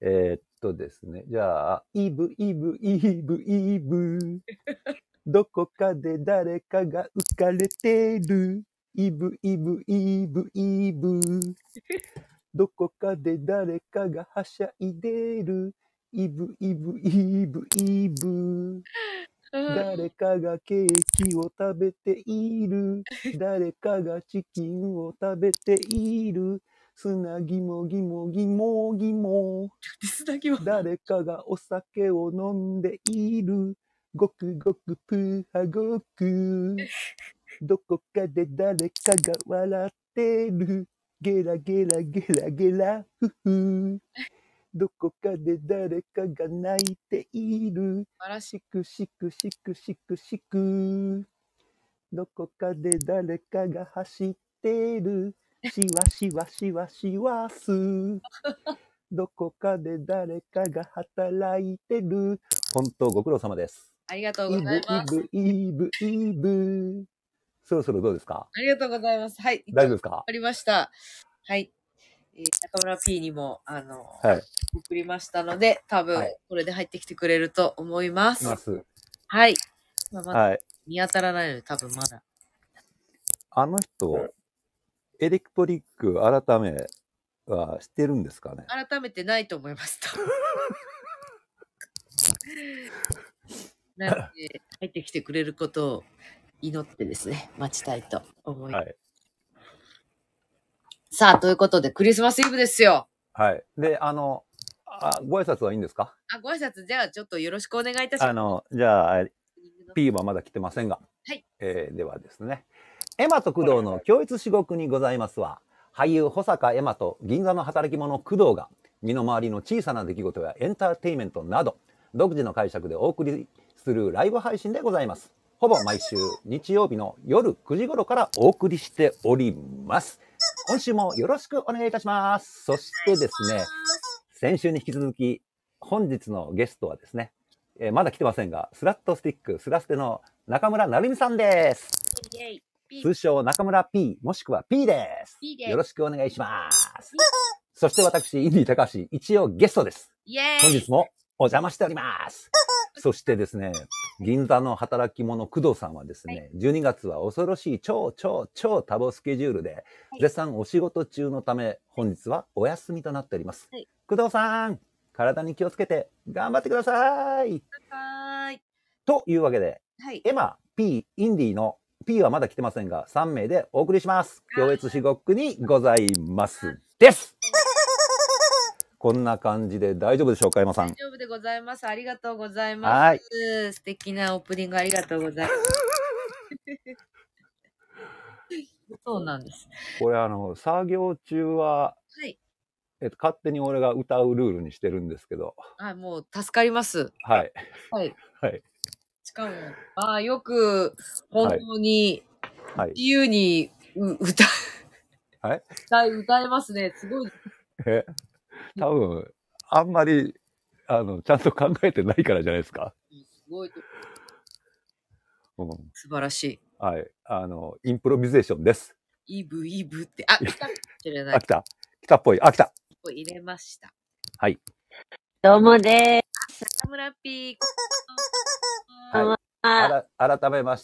ですね。じゃあ、イブ、イブ、イブ、イブ。どこかで誰かが浮かれてる。イブ、イブ、イブ、イブ。どこかで誰かがはしゃいでる。イブ、イブ、イブ、イブ。誰かがケーキを食べている。誰かがチキンを食べている。砂ぎもぎもぎもぎも。誰かがお酒を飲んでいる。ごくごくプーハごく。どこかで誰かが笑ってる。ゲラゲラゲラゲラフフ。どこかで誰かが泣いている。しくしくしくしくしく。どこかで誰かが走ってる。しわしわしわしわす。どこかで誰かが働いてる。本当ご苦労様です。 ありがとうございます。 イブイブイブイブ。そろそろどうですか？ ありがとうございます。はい。 大丈夫ですか？ わかりました。はい。中村 P にも、 はい、 送りましたので、多分、これで入ってきてくれると思います。はい。まあ、見当たらないので、多分まだ。 あの人、エレクトリック改めは知ってるんですかね？ 改めてないと思います。なので、入ってきてくれることを祈ってですね、待ちたいと思います。はい、さあ、ということで、クリスマスイブですよ。 はい。で、ご挨拶はいいんですか？ ご挨拶、じゃあ、ちょっとよろしくお願いいたします。 じゃあ、P はまだ来てませんが。 はい。 ではですね。エマと工藤の教育至極にございますは、俳優保坂エマと銀座の働き者工藤が、身の回りの小さな出来事やエンターテインメントなど、独自の解釈でお送りするライブ配信でございます。ほぼ毎週日曜日の夜9時頃からお送りしております。今週もよろしくお願いいたします。そしてですね、先週に引き続き、本日のゲストはですね、まだ来てませんが、スラットスティックスラステの中村成美さんです。通称中村 P もしくは P です。よろしくお願いします。そして私、インディ高橋、一応ゲストです。本日もお邪魔しております。そしてですね、銀座の働き者工藤さんはですね、12月は恐ろしい超多忙スケジュールで、絶賛お仕事中のため、本日はお休みとなっております。工藤さん、体に気をつけて頑張ってください。というわけで、エマ、P、インディのP はまだ来てませんが、3名でお送りします。教越至極にございますです。こんな感じで大丈夫でしょうか、エマさん。 大丈夫でございます。ありがとうございます。素敵なオープニングありがとうございます。そうなんです。 これ作業中は、勝手に俺が歌うルールにしてるんですけど。 もう助かります。 はい。 しかも、よく、本当に、自由に歌えますね。すごい。 多分、あんまり、ちゃんと考えてないからじゃないですか。 すごい。素晴らしい。 はい。インプロビゼーションです。 イブって、来た来たっぽい。来た。 入れました。 はい。 どうもです。 中村 P。 はい。改めまして、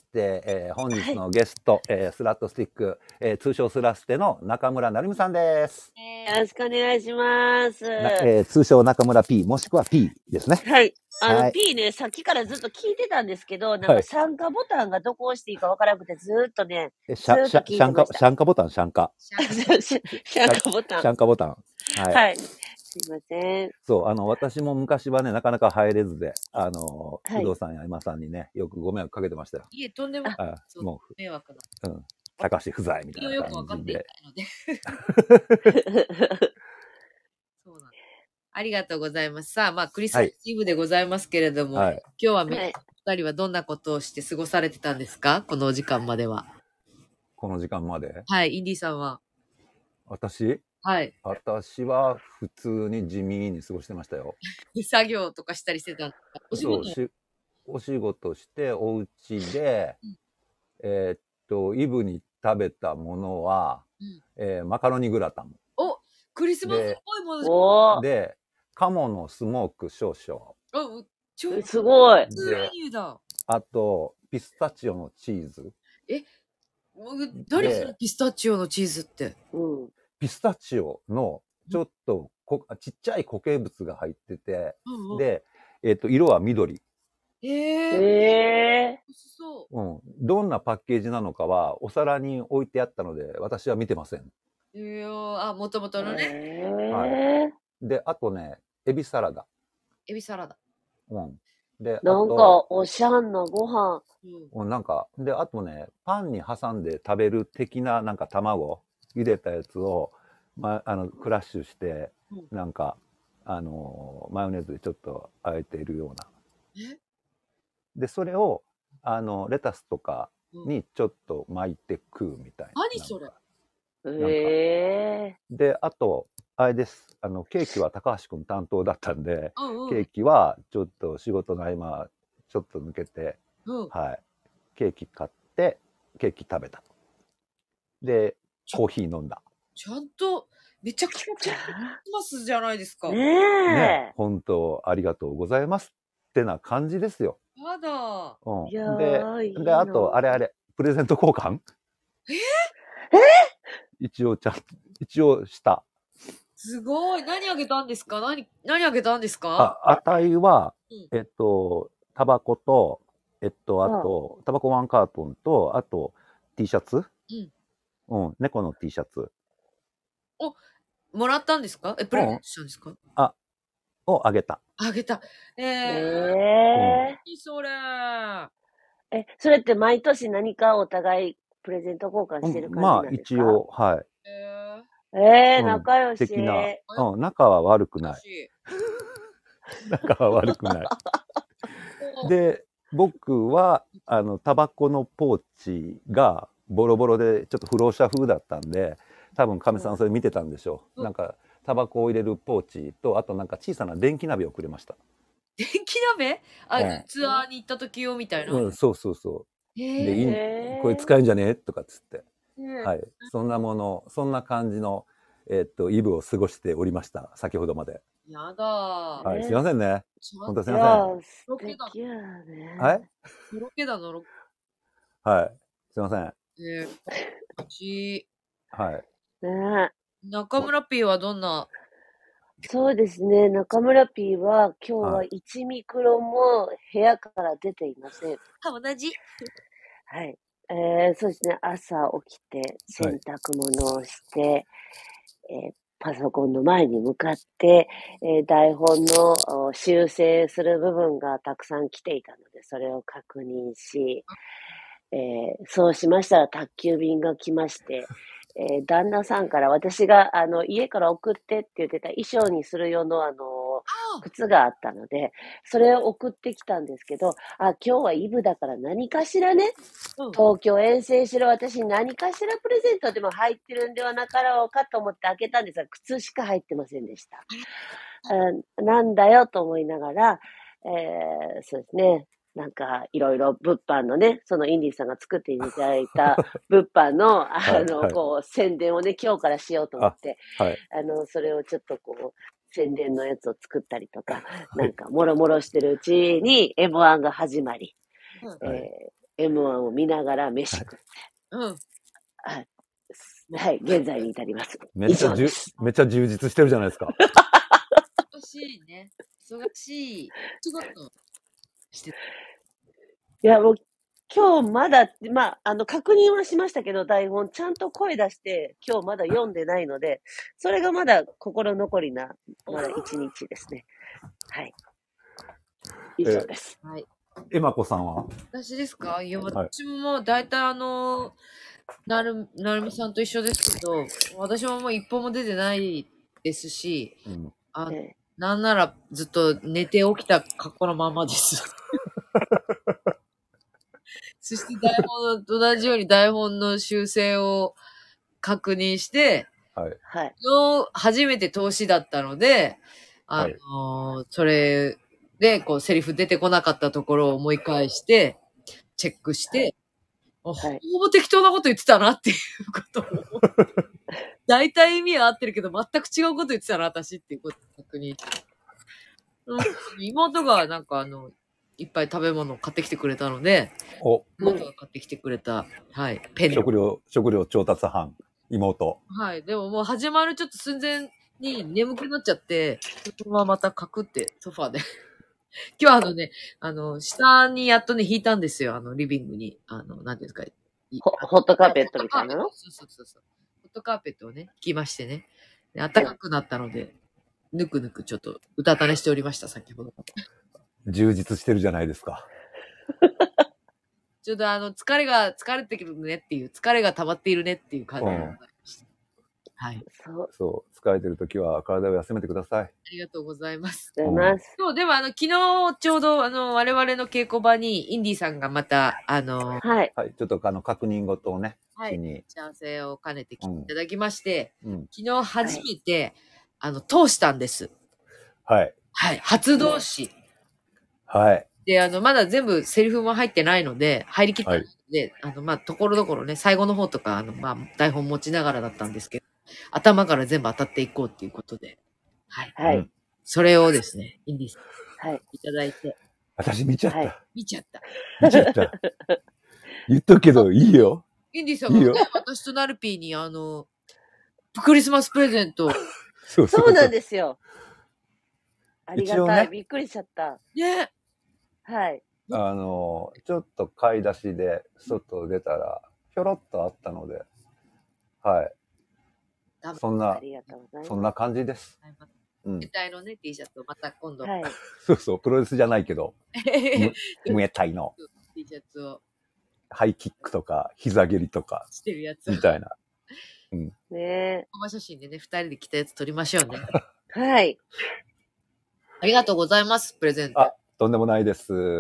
本日のゲスト、スラットスティック、通称スラステの中村成美さんです。 よろしくお願いします。 通称中村 P、もしくは P ですね。 はい。P ね、さっきからずっと聞いてたんですけど、なんか参加ボタンがどこ押していいかわからなくて、ずっとね、 シャンカボタン、シャンカ。 シャンカボタン。 シャンカボタン。 はい。すいません。 そう、私も昔はね、なかなか入れずで、工藤さんや今さんにね、よくご迷惑かけてましたよ。 いえ、とんでもない。 もう、迷惑な。 高橋不在みたいな感じで。 そうなんです。ありがとうございます。さあ、クリスマスイブでございますけれども、今日は2人はどんなことをして過ごされてたんですか？この時間までは。 この時間まで？ はい、インディさんは。 私？ はい。 私は普通に地味に過ごしてましたよ。 作業とかしたりしてたんですか？ お仕事して、お家で、イブに食べたものは、マカロニグラタン。 クリスマスっぽいもので、 鴨のスモーク少々。 あ、超すごい。 普通メニューだ。 あと、ピスタチオのチーズ。 何それピスタチオのチーズって。 ピスタチオのちょっとちっちゃい固形物が入ってて、で、色は緑。 そう。 どんなパッケージなのかはお皿に置いてあったので、私は見てません。 もともとのね。 はい。で、あとね、エビサラダ。 エビサラダ。 で、 なんか、おしゃんなご飯。 なんか、で、あとね、パンに挟んで食べる的な、なんか卵、茹でたやつを、クラッシュして、なんか、マヨネーズでちょっとあえているような。で、それを、レタスとかにちょっと巻いて食うみたいな。 何それ？ で、あと、あれです。ケーキは高橋くん担当だったんで、ケーキはちょっと仕事の合間、ちょっと抜けて、はい。ケーキ買って、ケーキ食べた。で、コーヒー飲んだ。 ちゃんと、めちゃくちゃちゃんとますじゃないですか。 ね、本当ありがとうございますってな感じですよ。 やだ。 で、あと、あれ、プレゼント交換？一応した。 すごい。何あげたんですか？何あげたんですか？ 値は、タバコと、あと、タバコ1カートンと、あと、T シャツ？猫の T シャツ。 もらったんですか？プレゼントしたんですか？ をあげた。 あげた。 何それ。 それって毎年何かお互いプレゼント交換してる感じなんですか？ 一応、はい。 仲良し。 的な。仲は悪くない。仲は悪くない。で、僕は、タバコのポーチがボロボロで、ちょっと不老者風だったんで、多分、亀さんそれ見てたんでしょう。なんか、タバコを入れるポーチと、あとなんか小さな電気鍋をくれました。 電気鍋？ツアーに行った時用みたいな。 そうそうそう。で、これ使えんじゃねとかっつって。はい。そんなもの、そんな感じの、イブを過ごしておりました。先ほどまで。 やだ。 はい。すいませんね。本当すいません。 素敵やね。 はい？ のろけだ、のろけ。 はい。すいません。はい。 中村 P はどんな？ そうですね。中村 P は今日は1ミクロも部屋から出ていません。 同じ。 はい。そうですね。朝起きて洗濯物をして、パソコンの前に向かって、台本の修正する部分がたくさん来ていたので、それを確認し、そうしましたら宅急便が来まして、旦那さんから私が家から送ってって言ってた衣装にする用の靴があったので、それを送ってきたんですけど、今日はイブだから何かしらね、東京遠征しろ私に何かしらプレゼントでも入ってるんではなかろうかと思って開けたんですが、靴しか入ってませんでした。なんだよと思いながら、そうですね。なんか、いろいろ物販のね、そのインディーさんが作っていただいた物販の、こう、宣伝をね、今日からしようと思って、それをちょっとこう、宣伝のやつを作ったりとか、なんか、もろもろしてるうちに M1 が始まり、M1 を見ながら飯食って、はい、現在に至ります。 めっちゃ充実してるじゃないですか。 忙しいね。忙しい。仕事してる。 いや、もう、今日まだ、確認はしましたけど、台本、ちゃんと声出して、今日まだ読んでないので、それがまだ心残りな、まだ一日ですね。はい。以上です。 はい。 えまこさんは？ 私ですか？いや、私も大体なるみさんと一緒ですけど、私ももう一歩も出てないですし、なんならずっと寝て起きた格好のままです。そして台本と同じように台本の修正を確認して、初めて投資だったので、それで、こう、セリフ出てこなかったところを思い返して、チェックして、ほぼ適当なこと言ってたなっていうことを、大体意味は合ってるけど、全く違うこと言ってたな、私っていうことを確認して。 妹がなんかいっぱい食べ物を買ってきてくれたので、妹が買ってきてくれた、はい、 ペン。食料調達班、妹。 はい。でももう始まるちょっと寸前に眠くなっちゃって、そのまままたカクってソファーで。今日下にやっとね、引いたんですよ。リビングに。なんていうんですか。 ホットカーペットみたいなの？ そう。ホットカーペットをね、引きましてね。暖かくなったので、ぬくぬくちょっとうたた寝しておりました、先ほど。 充実してるじゃないですか。 ちょっと疲れてくるねっていう、疲れが溜まっているねっていう感じでございました。はい。 そう、疲れてるときは体を休めてください。ありがとうございます。 そう、 でも昨日ちょうど我々の稽古場にインディさんがまた、 はい。 ちょっと確認事をね、 はい。打ち合わせを兼ねて来ていただきまして、昨日初めて、通したんです。 はい。 はい。初通し。 はい。 で、まだ全部セリフも入ってないので、入りきったので、ところどころね、最後の方とか、台本持ちながらだったんですけど、頭から全部当たっていこうっていうことで。はい。 はい。 それをですね、インディさん。 はい。 いただいて。 私見ちゃった。 見ちゃった。 言っとくけど、いいよ。 インディさんがね、私とナルピーにクリスマスプレゼント。 そうなんですよ。ありがたい。びっくりしちゃった。 ね。 はい。 ちょっと買い出しで外出たら、ひょろっとあったので、はい。そんな感じです。 ムエタイのね、T シャツをまた今度。 はい。 そう、プロレスじゃないけど、ムエタイの T シャツを。 ハイキックとか、膝蹴りとか、 してるやつ。 みたいな。 ねえ。 コマ写真でね、二人で着たやつ撮りましょうね。 はい。 ありがとうございます、プレゼント。 とんでもないです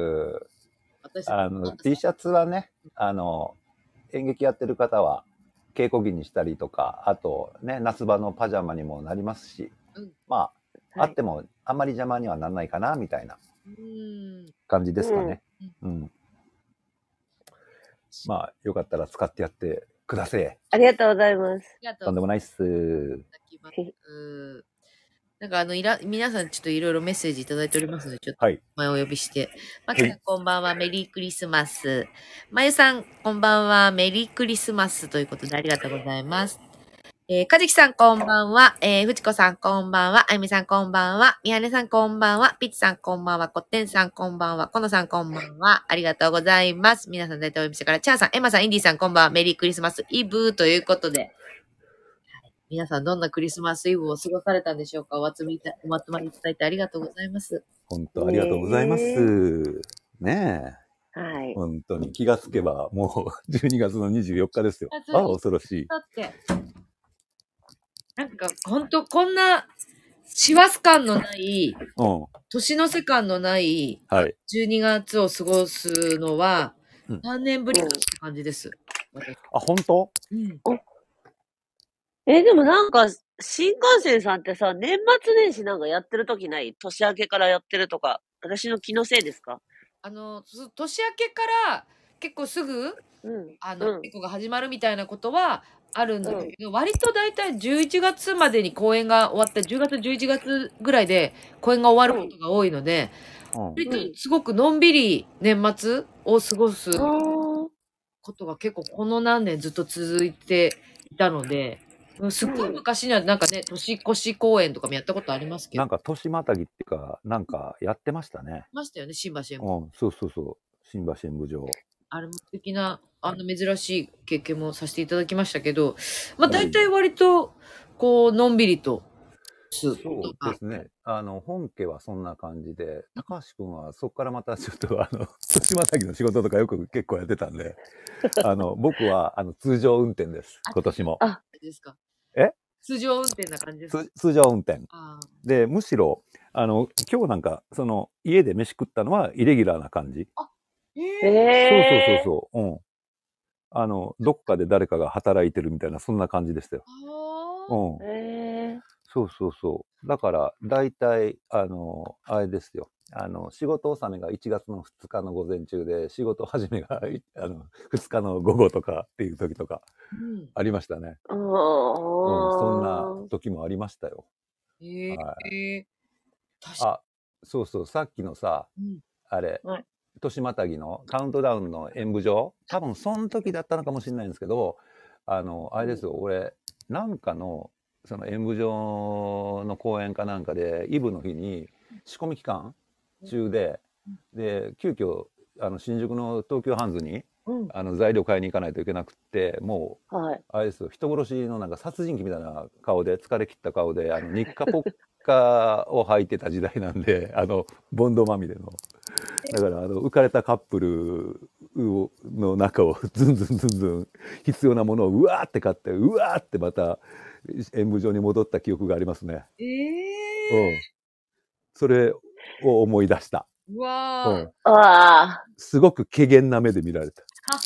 。T シャツはね、演劇やってる方は、稽古着にしたりとか、あとね、夏場のパジャマにもなりますし、まあ、あってもあんまり邪魔にはならないかな、みたいな感じですかね。まあ、よかったら使ってやってください。 ありがとうございます。 とんでもないっす。 なんか皆さんちょっといろいろメッセージいただいておりますので、ちょっと前お呼びして。マキさんこんばんは、メリークリスマス。まゆさんこんばんは、メリークリスマスということでありがとうございます。かじきさんこんばんは、ふちこさんこんばんは、あゆみさんこんばんは、みはねさんこんばんは、ピッチさんこんばんは、こってんさんこんばんは、このさんこんばんは、ありがとうございます。皆さん大体お呼びしてから、チャーさん、エマさん、インディさんこんばんは、メリークリスマスイブということで、皆さんどんなクリスマスイブを過ごされたんでしょうか。お集まりいただいてありがとうございます。 本当ありがとうございます。ねえ。はい。 本当に気がつけばもう12月の24日ですよ。恐ろしい。 だって、なんか本当こんな師走感のない、年の瀬感のない、12月を過ごすのは何年ぶりかって感じです。 本当？ でもなんか、新幹線さんってさ、年末年始なんかやってる時ない？年明けからやってるとか。私の気のせいですか？ 年明けから結構すぐ、稽古が始まるみたいなことはあるんだけど、割と大体11月までに公演が終わって、10月、11月ぐらいで公演が終わることが多いので、割とすごくのんびり年末を過ごすことが結構この何年ずっと続いていたので、すっごい昔にはなんかね、年越し公演とかもやったことありますけど。 なんか年またぎっていうか、なんかやってましたね。 ましたよね、新橋演舞。そう。新橋演舞場。 あれも素敵な、珍しい経験もさせていただきましたけど、まあ大体割と、こう、のんびりと。 そうですね。本家はそんな感じで、高橋くんはそこからまたちょっと年またぎの仕事とかよく結構やってたんで、僕は通常運転です、今年も。 ですか？ え？ 通常運転な感じですか？ 通常運転。で、むしろ、今日なんか、家で飯食ったのはイレギュラーな感じ。そう。どっかで誰かが働いてるみたいな、そんな感じでしたよ。そう。だから、大体、あれですよ。仕事納めが1月の2日の午前中で、仕事始めが2日の午後とかっていう時とか、ありましたね。そんな時もありましたよ。 そうそう、さっきのさ、あれ、 はい年またぎのカウントダウンの演舞場、多分その時だったのかもしれないんですけど、あれですよ、俺、なんかの、その演舞場の公演かなんかで、イブの日に仕込み期間中で、で、急遽、新宿の東急ハンズに、材料買いに行かないといけなくって、もう、あれですよ、人殺しのなんか殺人鬼みたいな顔で、疲れ切った顔で、日課ポッカを履いてた時代なんで、ボンドまみれの。だから浮かれたカップルの中をずんずんずんずん必要なものをうわーって買ってうわーってまた演舞場に戻った記憶がありますね。それを思い出した。 うわすごく怪訝な目で見られた。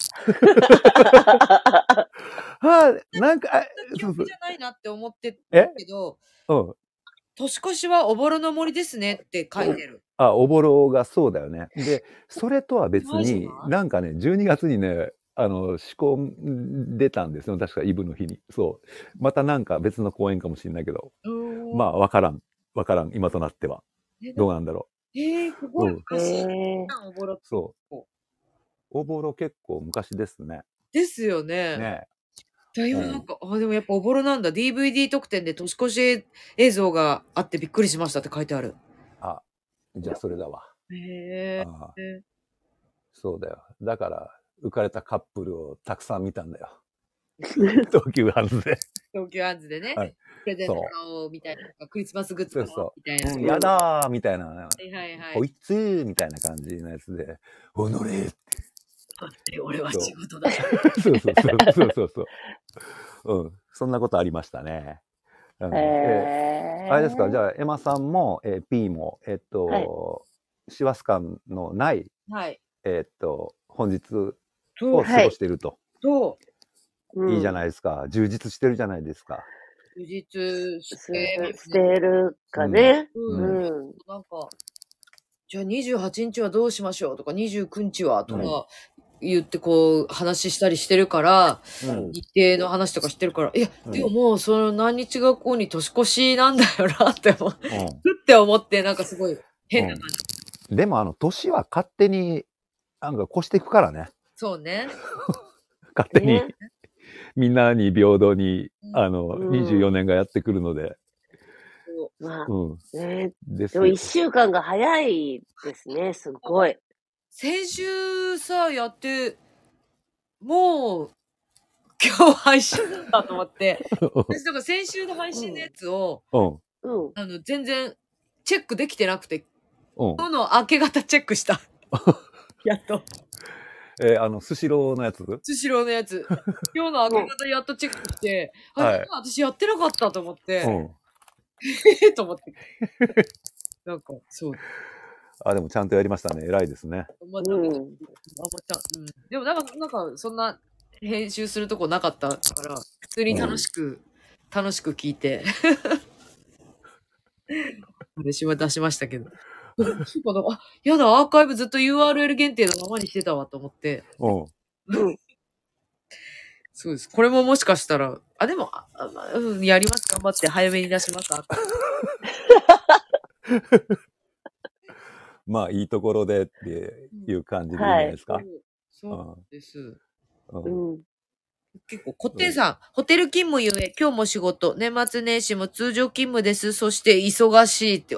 なんか記憶じゃないなって思ってたけど、年越しはおぼろの森ですねって書いてる。 おぼろがそうだよね。で、それとは別に、なんかね、12月にね、仕込んでたんですよ。確かイブの日に。そう。またなんか別の公演かもしれないけど。まあ、わからん。今となっては。どうなんだろう。すごい昔。おぼろ。 そう。おぼろ結構昔ですね。 ですよね。 ね。 今なんか、でもやっぱおぼろなんだ。DVD 特典で年越し映像があってびっくりしましたって書いてある。 じゃあそれだわ。 へえ。 そうだよ。だから、浮かれたカップルをたくさん見たんだよ。東急ハンズで。 東急ハンズでね。プレゼント買おうみたいな。クリスマスグッズ買おうみたいな。 やだーみたいな。こいつーみたいな感じのやつで、おのれーって。 俺は仕事だ。 そう。そんなことありましたね。あれですか、じゃあ、エマさんも、P も、師走感のない、本日を過ごしていると。いいじゃないですか。充実してるじゃないですか。 充実してるかね。 なんか、じゃあ28日はどうしましょうとか、29日はとか言ってこう話したりしてるから、日程の話とかしてるから、でももうその何日がこうに年越しなんだよなって思って、なんかすごい変な感じ。でも年は勝手になんか越していくからね。 そうね。 勝手に。みんなに平等に、24年がやってくるので。 まあ、でも1週間が早いですね、すごい。 先週さ、やって、もう、今日配信だと思って、私だから先週の配信のやつを、全然チェックできてなくて、今日の明け方チェックした。やっと。 スシローのやつ？ スシローのやつ。今日の明け方やっとチェックして、私やってなかったと思って、と思って。なんか、そう。 でもちゃんとやりましたね。偉いですね。 でもなんか、そんな編集するとこなかったから、普通に楽しく聞いて。私は出しましたけど。やだ、アーカイブずっと URL 限定のままにしてたわと思って。そうです。これももしかしたら、でも、やります。頑張って早めに出します。 まあ、いいところでっていう感じでいいんじゃないですか。 そうです。結構、こってんさん、ホテル勤務ゆえ、今日も仕事、年末年始も通常勤務です。そして忙しいって、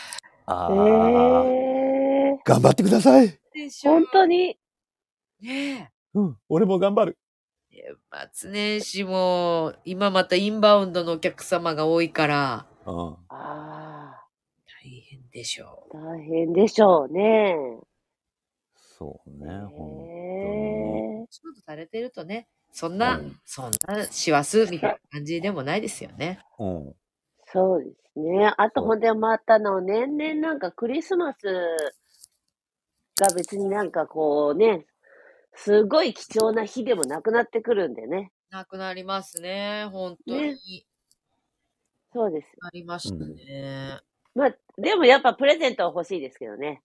頑張ってください。 本当に。 ねえ。俺も頑張る。 年末年始も、今またインバウンドのお客様が多いから。大変でしょう。 大変でしょうね。 そうね、本当に。 仕事されてるとね、そんな師走みたいな感じでもないですよね。 そうですね。あとほんでまた年々なんかクリスマスが別になんかこうね、すごい貴重な日でもなくなってくるんでね。 なくなりますね、本当に。 そうです。 ありましたね。 まあ、でもやっぱプレゼントは欲しいですけどね。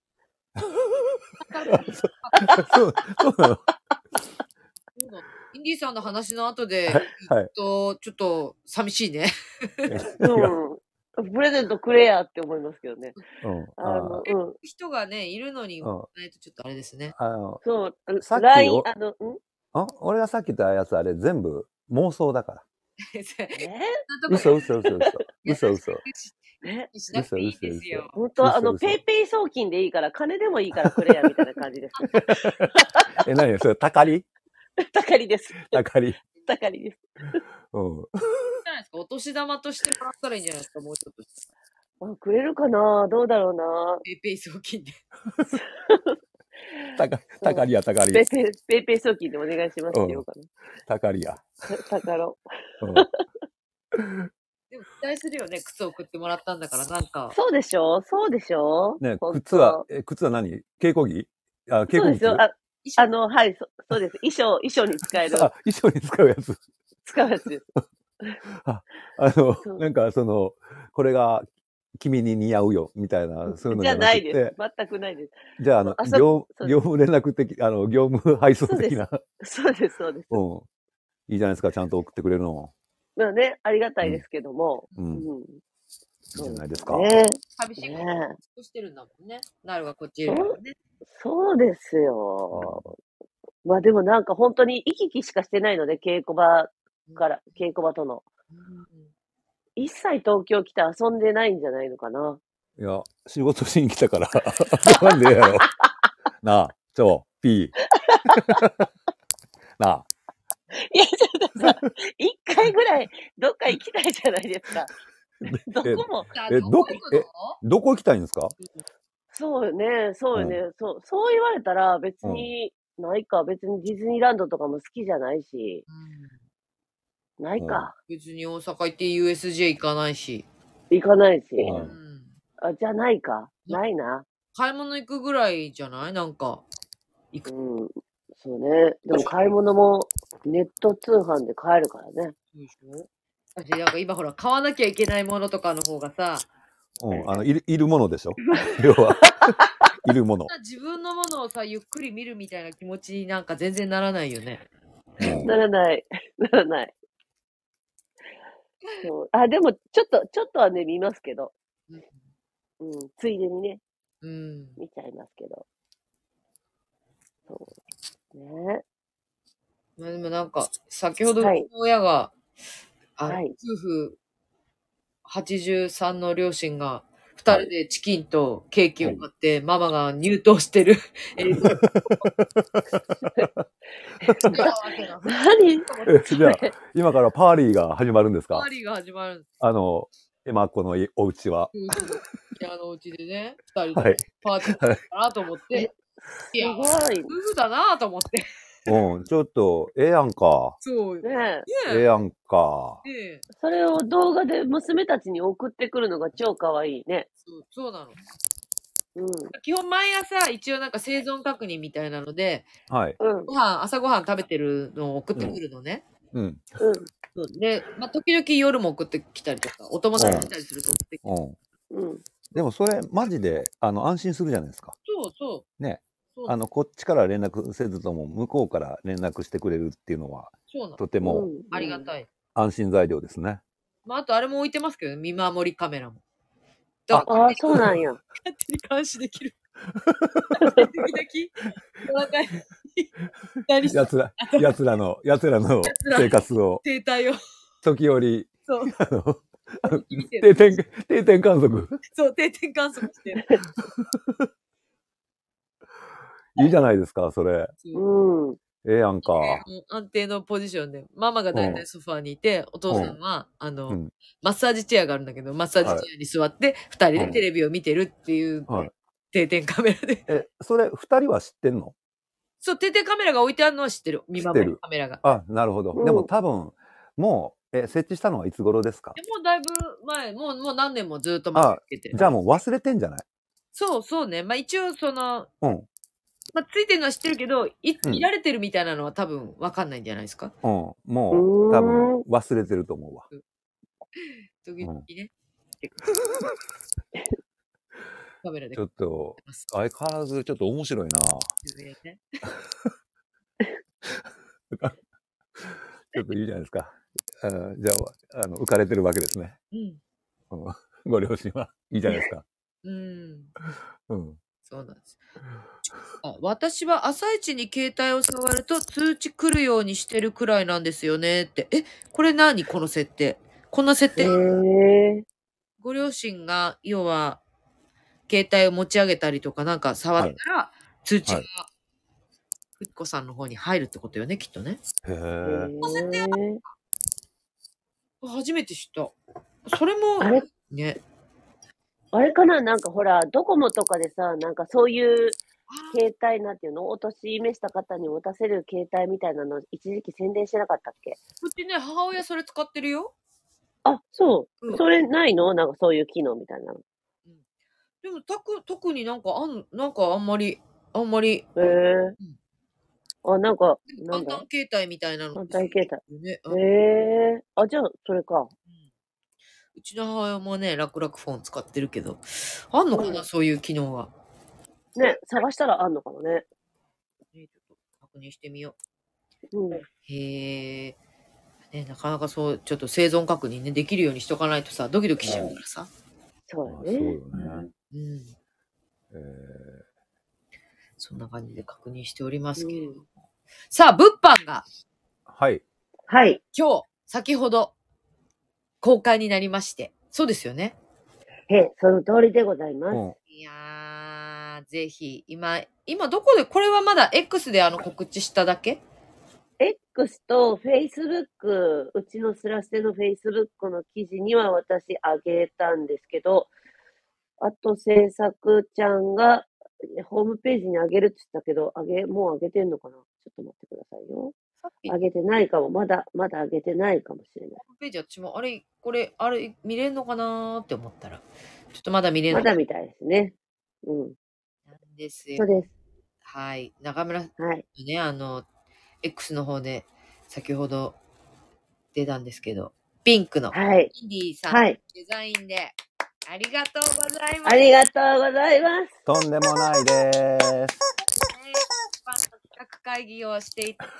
そうなの。 インディーさんの話の後で、ちょっと寂しいね。 プレゼントくれやって思いますけどね。 人がね、いるのに、ないとちょっとあれですね。 そう、 さっき LINE、 俺がさっき言ったやつあれ全部妄想だから。 嘘。 嘘。 本当ペイペイ送金でいいから、金でもいいからくれや、みたいな感じです。 何それ、たかりたかりです。 たかり。 たかりです。 じゃないですか。お年玉としてもらったらいいんじゃないですか、もうちょっと。 くれるかな、どうだろうな。 ペイペイ送金で。 たかりや。 ペイペイ送金でお願いしますって言おうかな。 たかりや。 たかろ。 でも期待するよね、靴を送ってもらったんだから、なんか。 そうでしょね、靴は何稽古着？稽古着？ そうですよ。はい、そうです。衣装に使える。 衣装に使うやつ。 使うやつです。 なんかこれが君に似合うよ、みたいな、そういうのじゃなくて。 じゃないです。全くないです。 じゃあ、業務連絡的、業務配送的な。 そうです。 いいじゃないですか、ちゃんと送ってくれるの。 まあね、ありがたいですけども。 いいじゃないですか。 寂しいことしてるんだもんね。なるがこっちいるからね。 そうですよ。まあでもなんか本当に行き来しかしてないので、稽古場との。一切東京来て遊んでないんじゃないのかな。 いや、仕事しに来たから、なんでやろ。なあ、P。なあ。 いや、ちょっとさ、一回ぐらいどっか行きたいじゃないですか。どこも。 どこ行きたいんですか？ そうよね。そう言われたら別にないか。別にディズニーランドとかも好きじゃないし。ないか。 別に大阪行って USJ 行かないし。 行かないし。じゃないか。ないな。 買い物行くぐらいじゃない？なんか。 そうね。でも買い物もネット通販で買えるからね。 そうでしょ？私なんか今ほら買わなきゃいけないものとかの方がさ。 いるものでしょ？要は。いるもの。 自分のものをさ、ゆっくり見るみたいな気持ちになんか全然ならないよね。 ならない。そう。でも、ちょっとはね、見ますけど。ついでにね。見ちゃいますけど。そうね。 でもなんか、先ほど親が、夫婦83の両親が、2人でチキンとケーキを買って、ママが入刀してる映像。 何？ じゃあ、今からパーリーが始まるんですか？ パーリーが始まる。 エマ子のお家は。 お家でね、2人でパーティーかなと思って。いや、夫婦だなと思って。 ちょっと、やんか。 そうね。 やんか。 それを動画で娘たちに送ってくるのが超可愛いね。 そうなの。基本毎朝一応なんか生存確認みたいなので、朝ごはん食べてるのを送ってくるのね。で、時々夜も送ってきたりとか、お友達来たりすると送ってきて。 でもそれマジで安心するじゃないですか。 そう。 ね。こっちから連絡せずとも向こうから連絡してくれるっていうのは、とてもありがたい。 安心材料ですね。 あとあれも置いてますけど、見守りカメラも。 そうなんや。 勝手に監視できる。 やつらの生活を。 停滞を。 時折、定点観測。 そう、定点観測してる。 いいじゃないですか、それ。やんか。 安定のポジションで、ママがだいたいソファーにいて、お父さんは、マッサージチェアがあるんだけど、マッサージチェアに座って、二人でテレビを見てるっていう、定点カメラで。 それ、二人は知ってんの？ そう、定点カメラが置いてあるのは知ってる。見守りカメラが。 なるほど。でも多分、もう、設置したのはいつ頃ですか？ もうだいぶ前、もう何年もずっと前つけてる。 じゃあもう忘れてんじゃない？ そうね。一応ついてるのは知ってるけど、いられてるみたいなのは多分わかんないんじゃないですか？ もう多分忘れてると思うわ。 時々ね。カメラで。 ちょっと、相変わらずちょっと面白いな。ちょっといいじゃないですか。じゃあ、浮かれてるわけですね。 ご両親は。いいじゃないですか。 うん。 うん。 そうなんです。私は朝一に携帯を触ると通知来るようにしてるくらいなんですよねって。これ何この設定。こんな設定。ご両親が、要は、携帯を持ち上げたりとかなんか触ったら、通知が、ふっこさんの方に入るってことよね、きっとね。 へえ。 初めて知った。それも、 あれね。 あれかななんかほら、ドコモとかでさ、なんかそういう携帯なんていうのお年召した方に持たせる携帯みたいなの一時期宣伝してなかったっけ？ うちね、母親それ使ってるよ。 あ、そう。それないのなんかそういう機能みたいなの。 でも、特になんかあんまり。 へえ。あ、なんか、 簡単携帯みたいなの。 簡単携帯。 ね。 へえ。あ、じゃあ、それか。 うちの母親もね、楽々フォン使ってるけど、あんのかな、そういう機能が。 ね、探したらあんのかもね。 ちょっと確認してみよう。 へえ。ね、なかなかそう、ちょっと生存確認ね、できるようにしとかないとさ、ドキドキしちゃうからさ。 そうよね。 そうよね。 そんな感じで確認しておりますけれども。さあ、物販が。 はい。 はい。 今日、先ほど、公開になりまして。そうですよね。 その通りでございます。 いやー、ぜひ、今どこで、これはまだ X で告知しただけ？ X と Facebook、うちのスラステの Facebook の記事には私あげたんですけど、あと制作ちゃんがホームページにあげるって言ったけど、もうあげてんのかな？ちょっと待ってくださいよ。あげてないかも。まだあげてないかもしれない。 ホームページ私も、あれ、見れんのかなーって思ったら、ちょっとまだ見れない。 まだみたいですね。 なんですよ。 そうです。 はい。中村ね、X の方で先ほど出たんですけど、ピンクのインディーさんのデザインで、ありがとうございます。 ありがとうございます。 とんでもないです。 企画会議をしていた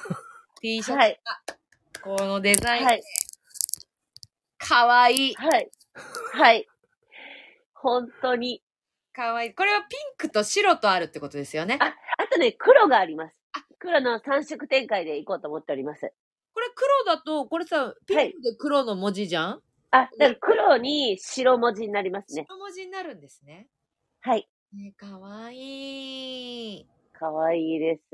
T シャツが、このデザインで、かわいい。 はい。本当に。 かわいい。これはピンクと白とあるってことですよね。 あとね、黒があります。黒の3色展開でいこうと思っております。 これ黒だと、これさ、ピンクで黒の文字じゃん？ だから黒に白文字になりますね。 白文字になるんですね。 はい。 ね、かわいい。 かわいいです。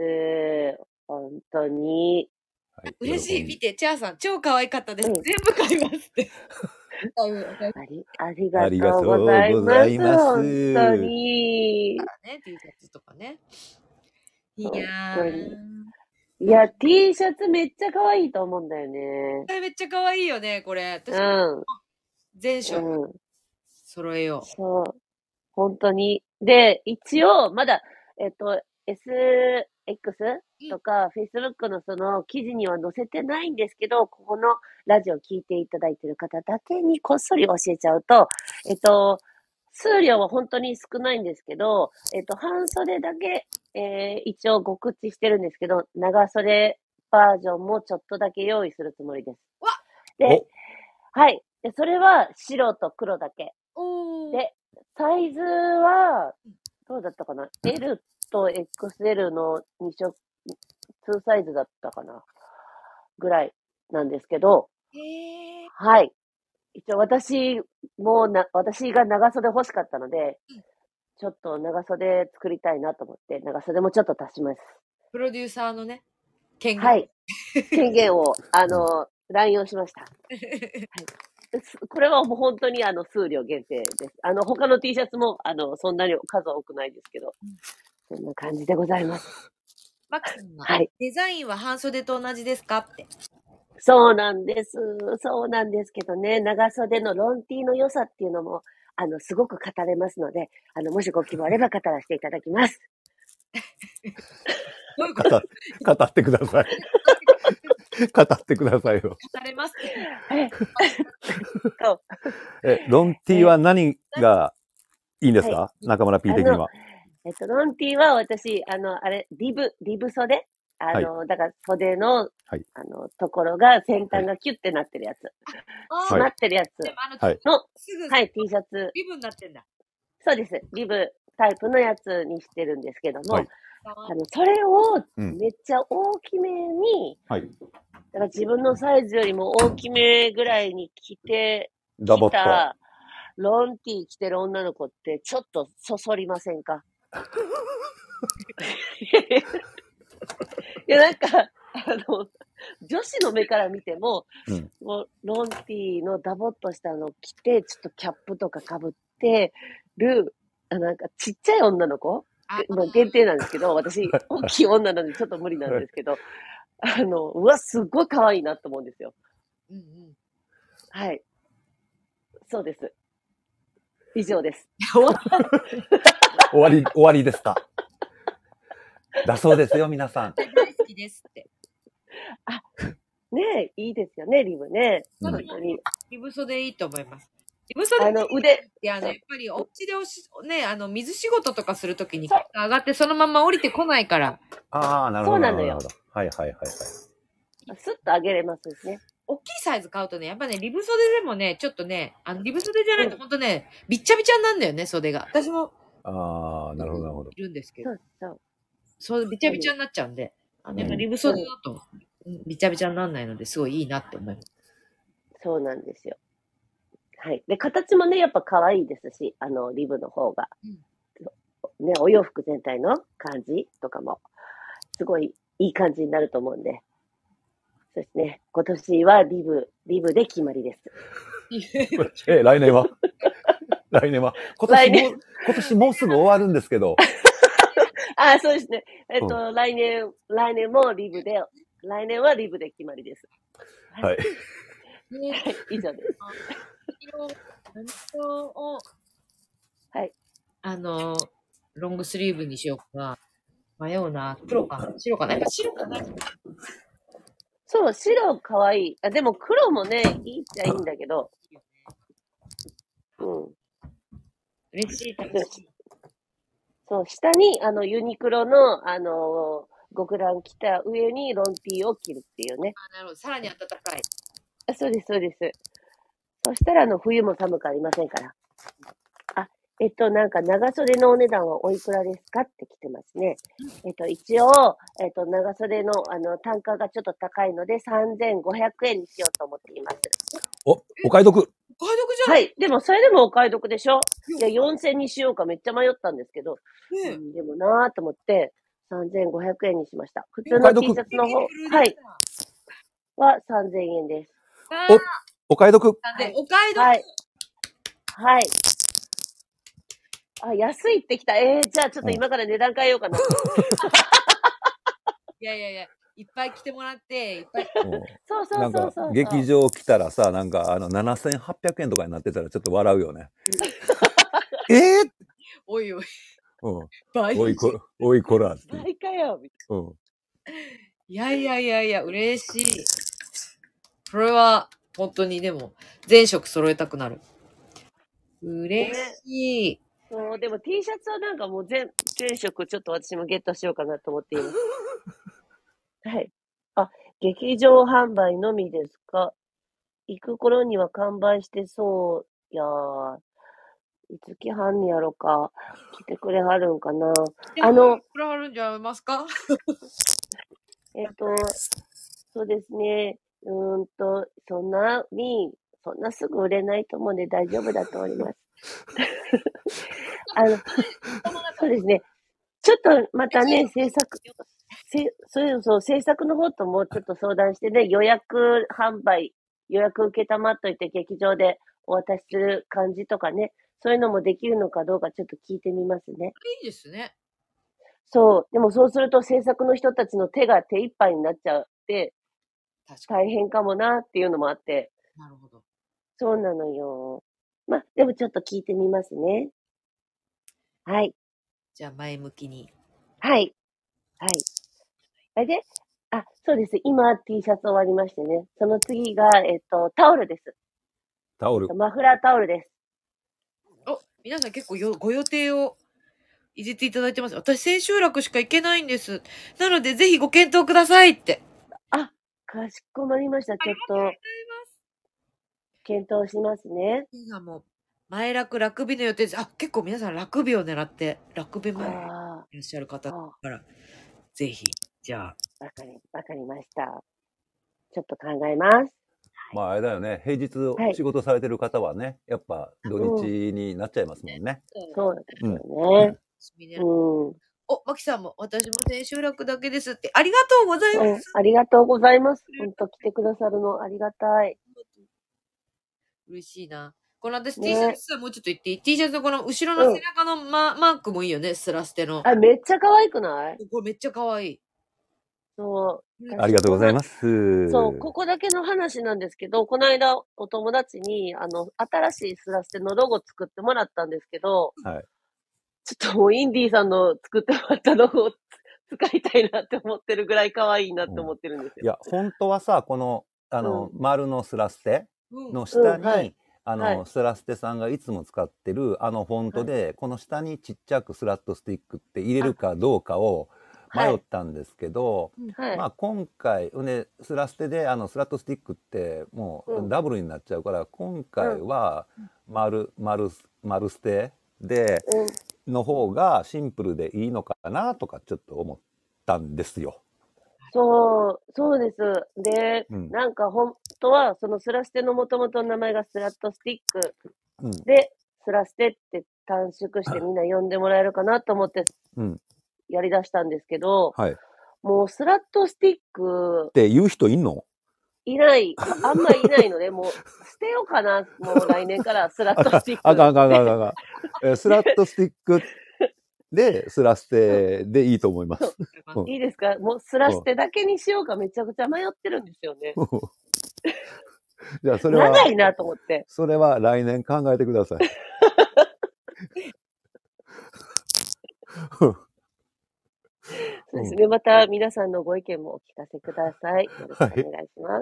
本当に。 嬉しい。見て、チャーさん、超可愛かったです。全部買いますって。 ありがとうございます。本当に。 ね、T シャツとかね。いや、T シャツめっちゃ可愛いと思うんだよね。 めっちゃ可愛いよね、これ。私全色揃えよう。 そう。本当に。で、一応、まだ、SX とか Facebook のその記事には載せてないんですけど、ここのラジオ聞いていただいている方だけにこっそり教えちゃうと、数量は本当に少ないんですけど、半袖だけ、一応ご口してるんですけど、長袖バージョンもちょっとだけ用意するつもりです。で、はい。で、それは白と黒だけ。で、サイズは、どうだったかな？ L と XL の2サイズだったかなぐらいなんですけど、はい。一応私が長袖欲しかったので、ちょっと長袖作りたいなと思って、長袖もちょっと足します。 プロデューサーのね、権限。 はい。権限を、乱用しました。はい。これはもう本当に数量限定です。他の T シャツも、そんなに数多くないですけど、そんな感じでございます。 マックさんは、デザインは半袖と同じですかって。 そうなんです。そうなんですけどね、長袖のロン T の良さっていうのも、すごく語れますので、もしご希望あれば語らせていただきます。 語ってください。語ってくださいよ。 語れます。 ロン T は何がいいんですか？中村 P 的には。 ロン T は私、リブ袖だから袖の、ところが、先端がキュッてなってるやつ。締まってるやつの、はい、T シャツ。 リブになってんだ。 そうです。リブタイプのやつにしてるんですけども、それをめっちゃ大きめに、だから自分のサイズよりも大きめぐらいに着たロンティー着てる女の子ってちょっとそそりませんか？いや、なんか、女子の目から見ても、もうロンティーのダボっとしたの着て、ちょっとキャップとか被ってる、なんかちっちゃい女の子、まあ、限定なんですけど、私、大きい女なのでちょっと無理なんですけど、うわ、すっごい可愛いなと思うんですよ。はい。そうです。以上です。 終わりですか？だそうですよ、皆さん。 大好きですって。 ねえ、いいですよね、リブね。 本当に。リブ袖いいと思います。リブ袖やっぱりお家で水仕事とかするときに上がってそのまま降りてこないから。 ああ、なるほど。 そうなのよ。 はい。 スッと上げれますしね。 大きいサイズ買うとね、やっぱね、リブ袖でもね、ちょっとね、リブ袖じゃないとほんとね、びっちゃびちゃになるんだよね、袖が。私も。 ああ、なるほど、なるほど。 いるんですけど。そう、びちゃびちゃになっちゃうんで。リブ袖だと、びちゃびちゃにならないので、すごいいいなって思います。 そうなんですよ。はい。で、形もね、やっぱ可愛いですし、リブの方が。ね、お洋服全体の感じとかも、すごいいい感じになると思うんで。そうですね。今年はリブで決まりです。 来年は今年もうすぐ終わるんですけど。 あ、そうですね。来年もリブで、来年はリブで決まりです。 はい。 以上です。はい。 ロングスリーブにしようかな。迷うな。白かな。やっぱ白かな。 そう、白かわいい。でも黒もね、いいっちゃいいんだけど。 嬉しい。 そう、下に、ユニクロの、極乱着た上にロンティーを着るっていうね。 なるほど。さらに暖かい。 そうです、そうです。そしたら、冬も寒くありませんから。なんか長袖のお値段はおいくらですかって来てますね。一応、長袖の、単価がちょっと高いので、3500円にしようと思っています。 お買い得。 お買い得じゃん。 はい。でも、それでもお買い得でしょ？いや、4000にしようかめっちゃ迷ったんですけど。でもなぁと思って、3500円にしました。普通の T シャツの方、はい。は3000円です。 お買い得。 お買い得。 はい。あ、安いってきた。じゃあちょっと今から値段変えようかな。 いや、いっぱい来てもらって、いっぱい。 そう。 なんか、劇場来たらさ、なんか、7800円とかになってたらちょっと笑うよね。 おいおい。 おいこらって。 倍かよ。 いや、嬉しい。それは、本当にでも、全色揃えたくなる。嬉しい。 そう、でも T シャツはなんかもう全色ちょっと私もゲットしようかなと思っています。はい。劇場販売のみですか？行く頃には完売してそうやいつ来はんねやろか。来てくれはるんかな。 来てくれはるんじゃいますか？ そうですね。そんなすぐ売れないと思うんで大丈夫だと思います。そうですね。ちょっとまたね、制作の方ともちょっと相談してね、予約受けたまっといて劇場でお渡しする感じとかね、そういうのもできるのかどうかちょっと聞いてみますね。 いいですね。 そう。でもそうすると制作の人たちの手が手一杯になっちゃって、大変かもなっていうのもあって。 なるほど。 そうなのよ。でもちょっと聞いてみますね。はい。 じゃあ前向きに。 はい。で、そうです。今 T シャツ終わりましてね。その次が、タオルです。 タオル。 マフラータオルです。 皆さん結構ご予定をいじっていただいてます。私、千秋楽しか行けないんです。なので、ぜひご検討くださいって。 あ、かしこまりました。ちょっと、検討しますね。 今もう、前楽、楽日の予定です。あ、結構皆さん楽日を狙って、楽日前いらっしゃる方から、ぜひ、じゃあ。 わかりました。ちょっと考えます。 まあ、あれだよね。平日仕事されてる方はね、やっぱ土日になっちゃいますもんね。 そうですよね。 お、マキさんも、私も千秋楽だけですって。ありがとうございます。 ありがとうございます。本当来てくださるのありがたい。 嬉しいな。この私 T シャツさ、もうちょっと言っていい？ T シャツのこの後ろの背中のマークもいいよね、スラステの。 あ、めっちゃ可愛くない？ これめっちゃ可愛い。 そう。 ありがとうございます。 そう、ここだけの話なんですけど、この間お友達に、新しいスラステのロゴ作ってもらったんですけど、 はい。 ちょっともうインディーさんの作ってもらったロゴを使いたいなって思ってるぐらい可愛いなって思ってるんですよ。 いや、本当はさ、この、丸のスラステの下に、スラステさんがいつも使ってるフォントで、この下にちっちゃくスラットスティックって入れるかどうかを迷ったんですけど、まあ今回、スラステでスラットスティックってもうダブルになっちゃうから、今回は丸ステで、の方がシンプルでいいのかなとかちょっと思ったんですよ。 そうです。で、なんか本当はそのスラステの元々の名前がスラットスティックで、スラステって短縮してみんな呼んでもらえるかなと思ってやり出したんですけど、もうスラットスティックって言う人いんの？ いない。あんまいないので、もう捨てようかな。もう来年からスラットスティック。 あかん。スラットスティックで、スラステでいいと思います。 いいですか？もうスラステだけにしようかめちゃくちゃ迷ってるんですよね。 じゃあそれは。 長いなと思って。 それは来年考えてください。 そうですね。また皆さんのご意見もお聞かせください。よろしくお願いします。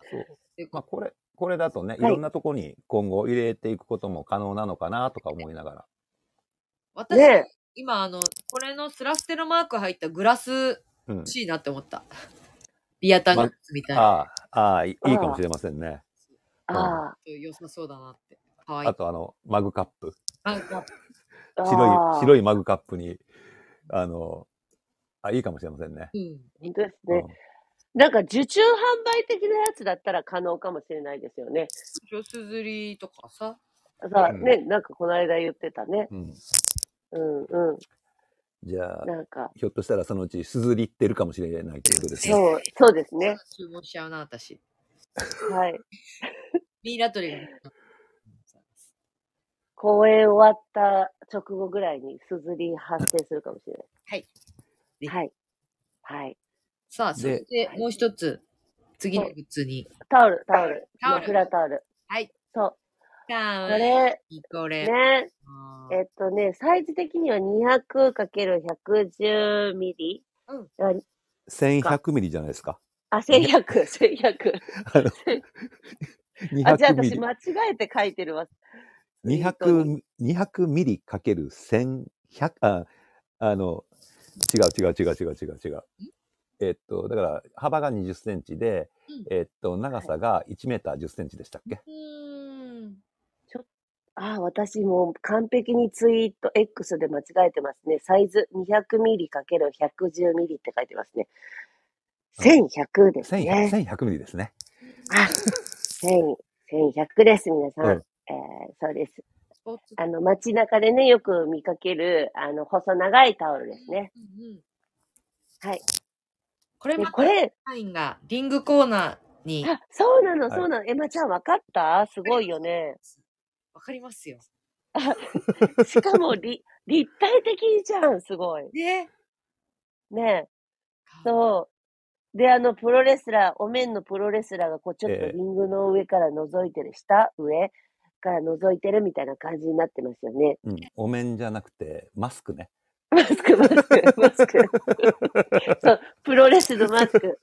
まあこれだとね、いろんなとこに今後入れていくことも可能なのかなとか思いながら。 私、今これのスラステのマーク入ったグラス欲しいなって思った。ビアタングラスみたいな。 いいかもしれませんね。 良さそうだなって。 あとマグカップ。 マグカップ。 白いマグカップに、いいかもしれませんね。 本当ですね。なんか受注販売的なやつだったら可能かもしれないですよね。 すずりとかさ。 ね、なんかこの間言ってたね。 じゃあ、ひょっとしたらそのうちすずりってるかもしれないということですね。 そうですね。 注文しちゃうな、私。 はい。 ミイラ取りが。 公演終わった直後ぐらいにすずり発生するかもしれない。はい。 さあ、そしてもう一つ、次のグッズに。 タオル。マフラータオル。 はい。 そう。これ。ね。サイズ的には 200×110 ミリ。 1100ミリじゃないですか。 1100。じゃあ私間違えて書いてるわ。 200ミリかける1100、違う。だから幅が20センチで、長さが1メーター10センチでしたっけ？ 私も完璧にツイート X で間違えてますね。サイズ200ミリかける110ミリって書いてますね。1100ですね。 1100ミリですね。 1100です、皆さん。そうです。街中でね、よく見かける、細長いタオルですね。はい。 これ、サインがリングコーナーに。 そうなの。エマちゃん分かった？すごいよね。 分かりますよ。 しかも、立体的じゃん、すごい。ね。そう。で、プロレスラー、お面のプロレスラーがちょっとリングの上から覗いてる、上から覗いてるみたいな感じになってますよね。 お面じゃなくて、マスクね。 マスク。そう、プロレスのマスク。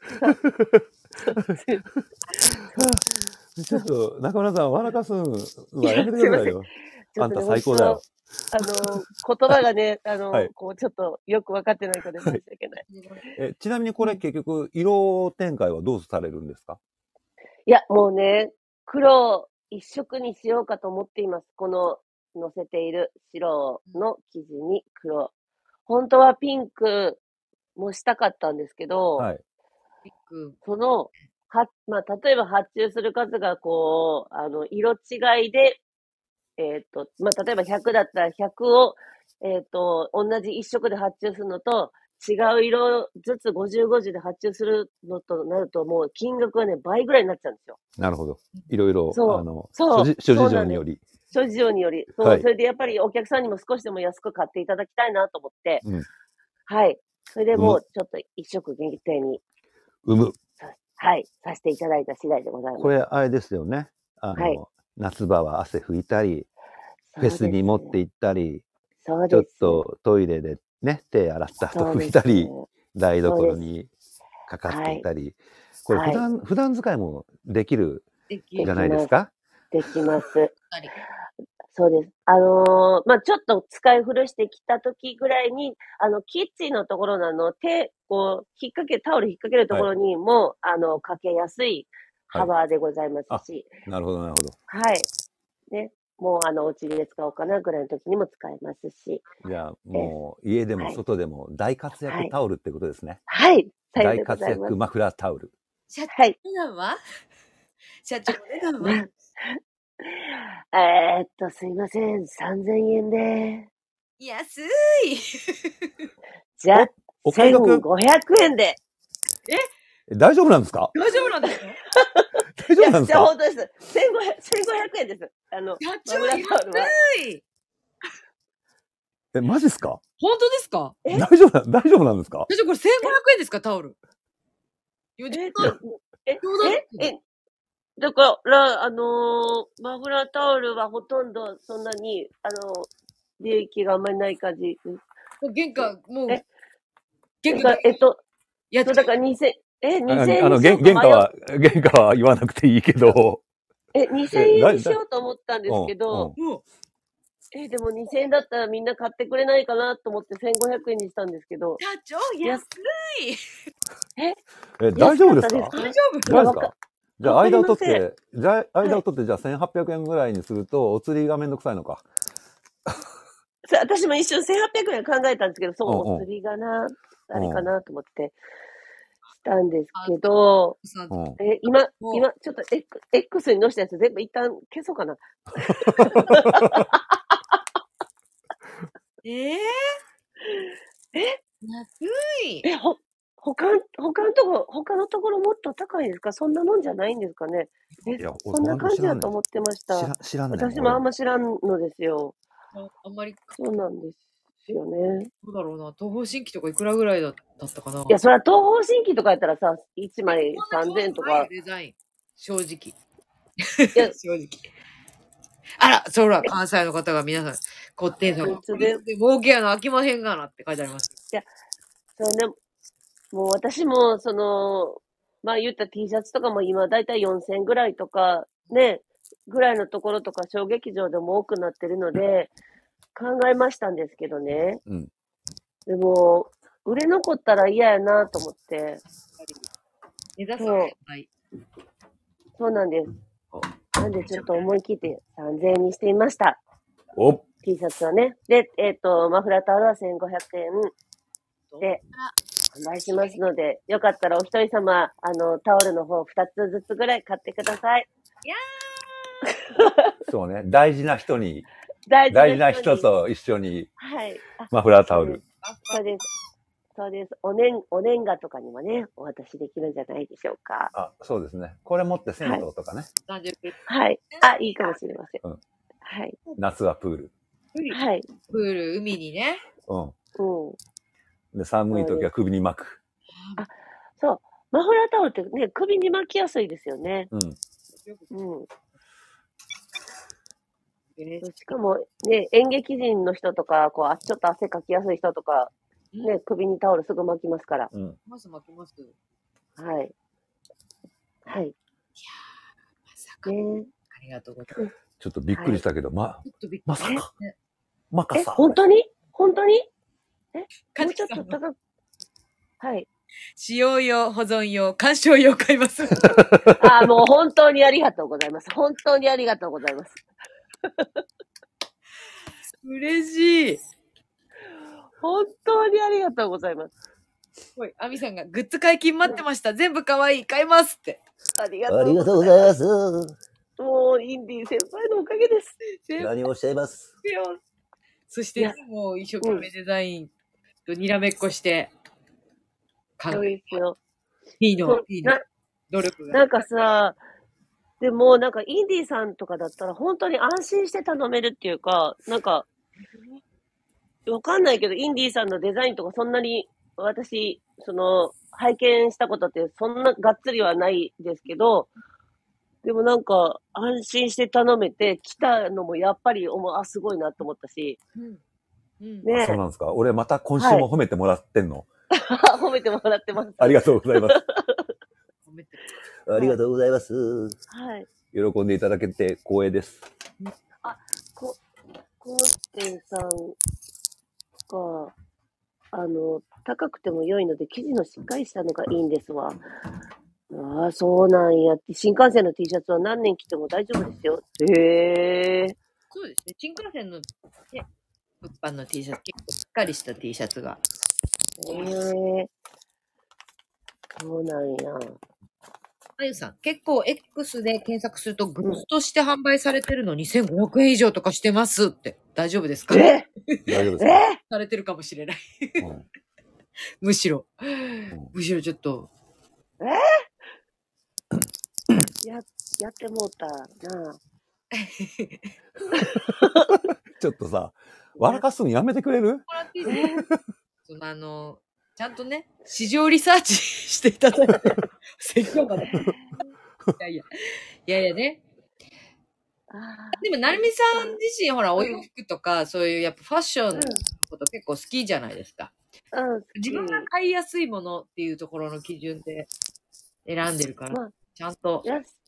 ちょっと、中村さん、笑かすんはやめてくださいよ。あんた最高だよ。 言葉がね、こう、ちょっとよくわかってないから申し訳ない。 ちなみにこれ結局、色展開はどうされるんですか？ いや、もうね、黒一色にしようかと思っています。この載せている白の生地に黒。本当はピンクもしたかったんですけど、はい、その、まあ、例えば発注する数がこう、色違いで、まあ、例えば100だったら100を、同じ一色で発注するのと、違う色ずつ50、50で発注するのとなると、もう金額がね、倍ぐらいになっちゃうんですよ。 なるほど。いろいろ、 諸事情により。 諸事情により。そう、はい、それでやっぱりお客さんにも少しでも安く買っていただきたいなと思って、はい。それでもうちょっと一色限定に。はい。させていただいた次第でございます。 これ、あれですよね。はい、夏場は汗拭いたり、フェスに持って行ったり、ちょっとトイレでね、手洗った後拭いたり、台所にかかっていたり、これ普段使いもできるじゃないですか？ できます。そうです。まあ、ちょっと使い古してきた時ぐらいに、キッチンのところのこう、タオル引っ掛けるところにも、かけやすい幅でございますし。 なるほど、なるほど。 はい。ね。もう、お家で使おうかなぐらいの時にも使えますし。 じゃあ、もう、家でも外でも大活躍タオルってことですね。 はい。 大活躍マフラータオル。 社長、値段は？社長、値段は？ すいません。3000円で。 安い。 じゃあ、1500円で。 大丈夫なんですか？ 大丈夫なんですか？ 大丈夫なんですか？ いや、本当です。1500円です。 社長、安い。 マジっすか？ 本当ですか？ 大丈夫なんですか？ 社長、これ1500円ですか、タオル。 だから、マフラータオルはほとんどそんなに、利益があんまりない感じ。 原価、もう、 だから2000円原価は言わなくていいけど。 2000円にしようと思ったんですけど、でも2000円だったらみんな買ってくれないかなと思って1500円にしたんですけど。 社長、安い。 大丈夫ですか？ 大丈夫？ じゃあ、間を取って、じゃあ1800円ぐらいにすると、お釣りがめんどくさいのか。 私も一瞬1800円考えたんですけど、お釣りがあれかなと思って、したんですけど、今、ちょっとX に載せたやつ全部一旦消そうかな。 安い。 他のところもっと高いですか？そんなもんじゃないんですかね？そんな感じだと思ってました。 知らんね。 私もあんま知らんのですよ。 あんまり。 そうなんですよね。 どうだろうな。東方神起とかいくらぐらいだったかな。いや、それは東方神起とかやったらさ、1枚3000円とか。 デザイン。正直。正直。あら、そら、関西の方が皆さん、こってんさんが。儲けやの飽きまへんがなって書いてあります。 いや、そうね、もう私も、まあ言った T シャツとかも今だいたい4000ぐらいとか、ね、ぐらいのところとか小劇場でも多くなってるので、考えましたんですけどね。でも、売れ残ったら嫌やなと思って。そうなんです。なんでちょっと思い切って3000円にしてみました。T シャツはね。で、マフラータオルは1500円で販売しますので、よかったらお一人様、タオルの方2つずつぐらい買ってください。 いやーそうね。大事な人と一緒に。 はい。 マフラータオル。 そうです。そうです。お年賀とかにもね、お渡しできるんじゃないでしょうか。 そうですね。これ持って銭湯とかね。 はい。いいかもしれません。はい。 夏はプール。 はい。 プール、海にね。 で、寒い時は首に巻く。 そう。マフラータオルってね、首に巻きやすいですよね。しかもね、演劇人の人とか、ちょっと汗かきやすい人とか、ね、首にタオルすぐ巻きますから。 巻きます。 はい。はい。いやまさか。ありがとうございます。 ちょっとびっくりしたけど、まさか。 マカサ。 本当にもうちょっと高く。はい。 使用用、保存用、鑑賞用買います。 もう本当にありがとうございます。本当にありがとうございます。 嬉しい。 本当にありがとうございます。 アミさんがグッズ解禁待ってました。全部可愛い。買いますって。 ありがとうございます。もう、インディ先輩のおかげです。 何をおっしゃいます。 そして、もう一生懸命デザインとにらめっこして。 そうですよ。 いいの努力が。 なんかさ、でもなんかインディさんとかだったら本当に安心して頼めるっていうか、なんか、わかんないけど、インディさんのデザインとかそんなに私、拝見したことってそんながっつりはないですけど、でもなんか安心して頼めて来たのもやっぱりすごいなと思ったし。 ね、そうなんですか。俺また今週も褒めてもらってんの。 褒めてもらってます。 ありがとうございます。ありがとうございます。 はい。 喜んでいただけて光栄です。 コーテンさんが、高くても良いので、生地のしっかりしたのがいいんですわ。そうなんや。新幹線の T シャツは何年着ても大丈夫ですよ。へー。 そうですね。新幹線の、物販の T シャツ、結構しっかりした T シャツが。 そうなんや。 あゆさん、結構 X で検索するとグッズとして販売されてるの2500円以上とかしてますって。大丈夫ですか？ 大丈夫ですか？ されてるかもしれない。むしろちょっと。 やってもうたな。 ちょっとさ、笑かすのやめてくれる？ ちゃんとね、市場リサーチしていただいて、説教まで。いやいやね。でも、なるみさん自身、ほら、お洋服とか、そういうやっぱファッションのこと結構好きじゃないですか。自分が買いやすいものっていうところの基準で選んでるから、ちゃんと。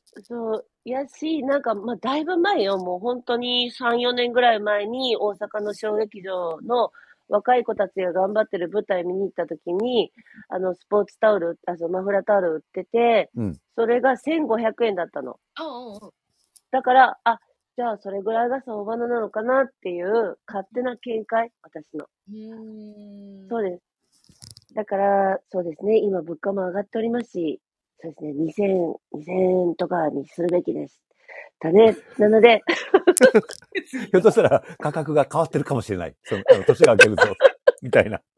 なんか、だいぶ前よ。もう本当に3、4年ぐらい前に大阪の小劇場の若い子たちが頑張ってる舞台見に行った時に、スポーツタオル、マフラータオル売ってて、それが1500円だったの。だから、じゃあそれぐらいが相場なのかなっていう勝手な見解、私の。そうです。だから、そうですね、今物価も上がっておりますし、そうですね、2000とかにするべきです。だね。なので。 ひょっとしたら価格が変わってるかもしれない。年が明けると、みたいな。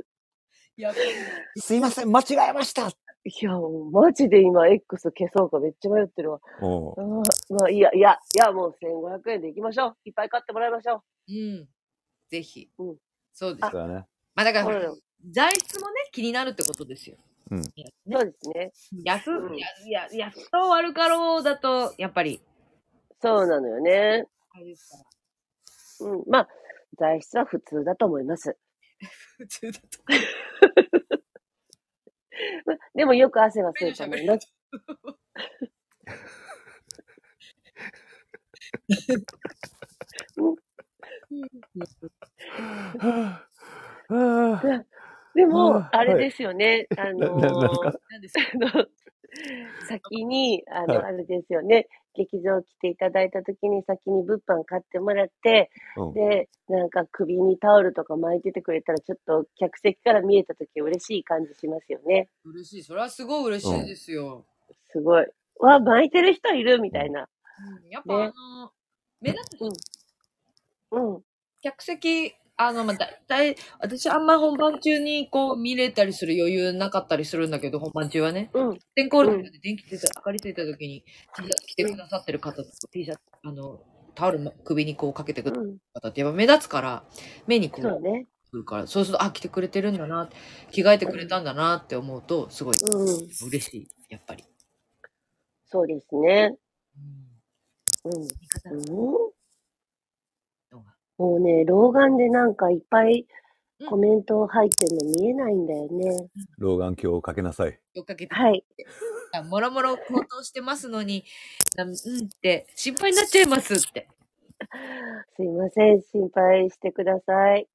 すいません、間違えました。 いや、マジで今 X 消そうかめっちゃ迷ってるわ。いや、もう1500円でいきましょう。いっぱい買ってもらいましょう。ぜひ。そうですよね。 だから、材質もね、気になるってことですよ。 そうですね。 安と悪かろうだと、やっぱり。 そうなのよね。材質は普通だと思います。 普通だと。 でもよく汗はすると思います。でも、あれですよね。先に、あれですよね。劇場来ていただいたときに先に物販買ってもらって、で、なんか首にタオルとか巻いててくれたら、ちょっと客席から見えたとき嬉しい感じしますよね。 嬉しい。それはすごい嬉しいですよ。 すごい。巻いてる人いるみたいな。 やっぱ目立つ。客席、だいたい、私あんま本番中にこう見れたりする余裕なかったりするんだけど、本番中はね。電コールとかで電気明かりついた時に T シャツ着てくださってる方と T シャツ、タオル首にこうかけてくる方ってやっぱ目立つから、目にこう、 そうね。 来るから、そうすると、着てくれてるんだな、着替えてくれたんだなって思うと、すごい嬉しい、やっぱり。 そうですね。もうね、老眼でなんかいっぱいコメント入ってるの見えないんだよね。 老眼鏡をかけなさい。 はい。 もろもろ高騰してますのに、って心配になっちゃいますって。 すいません、心配してください。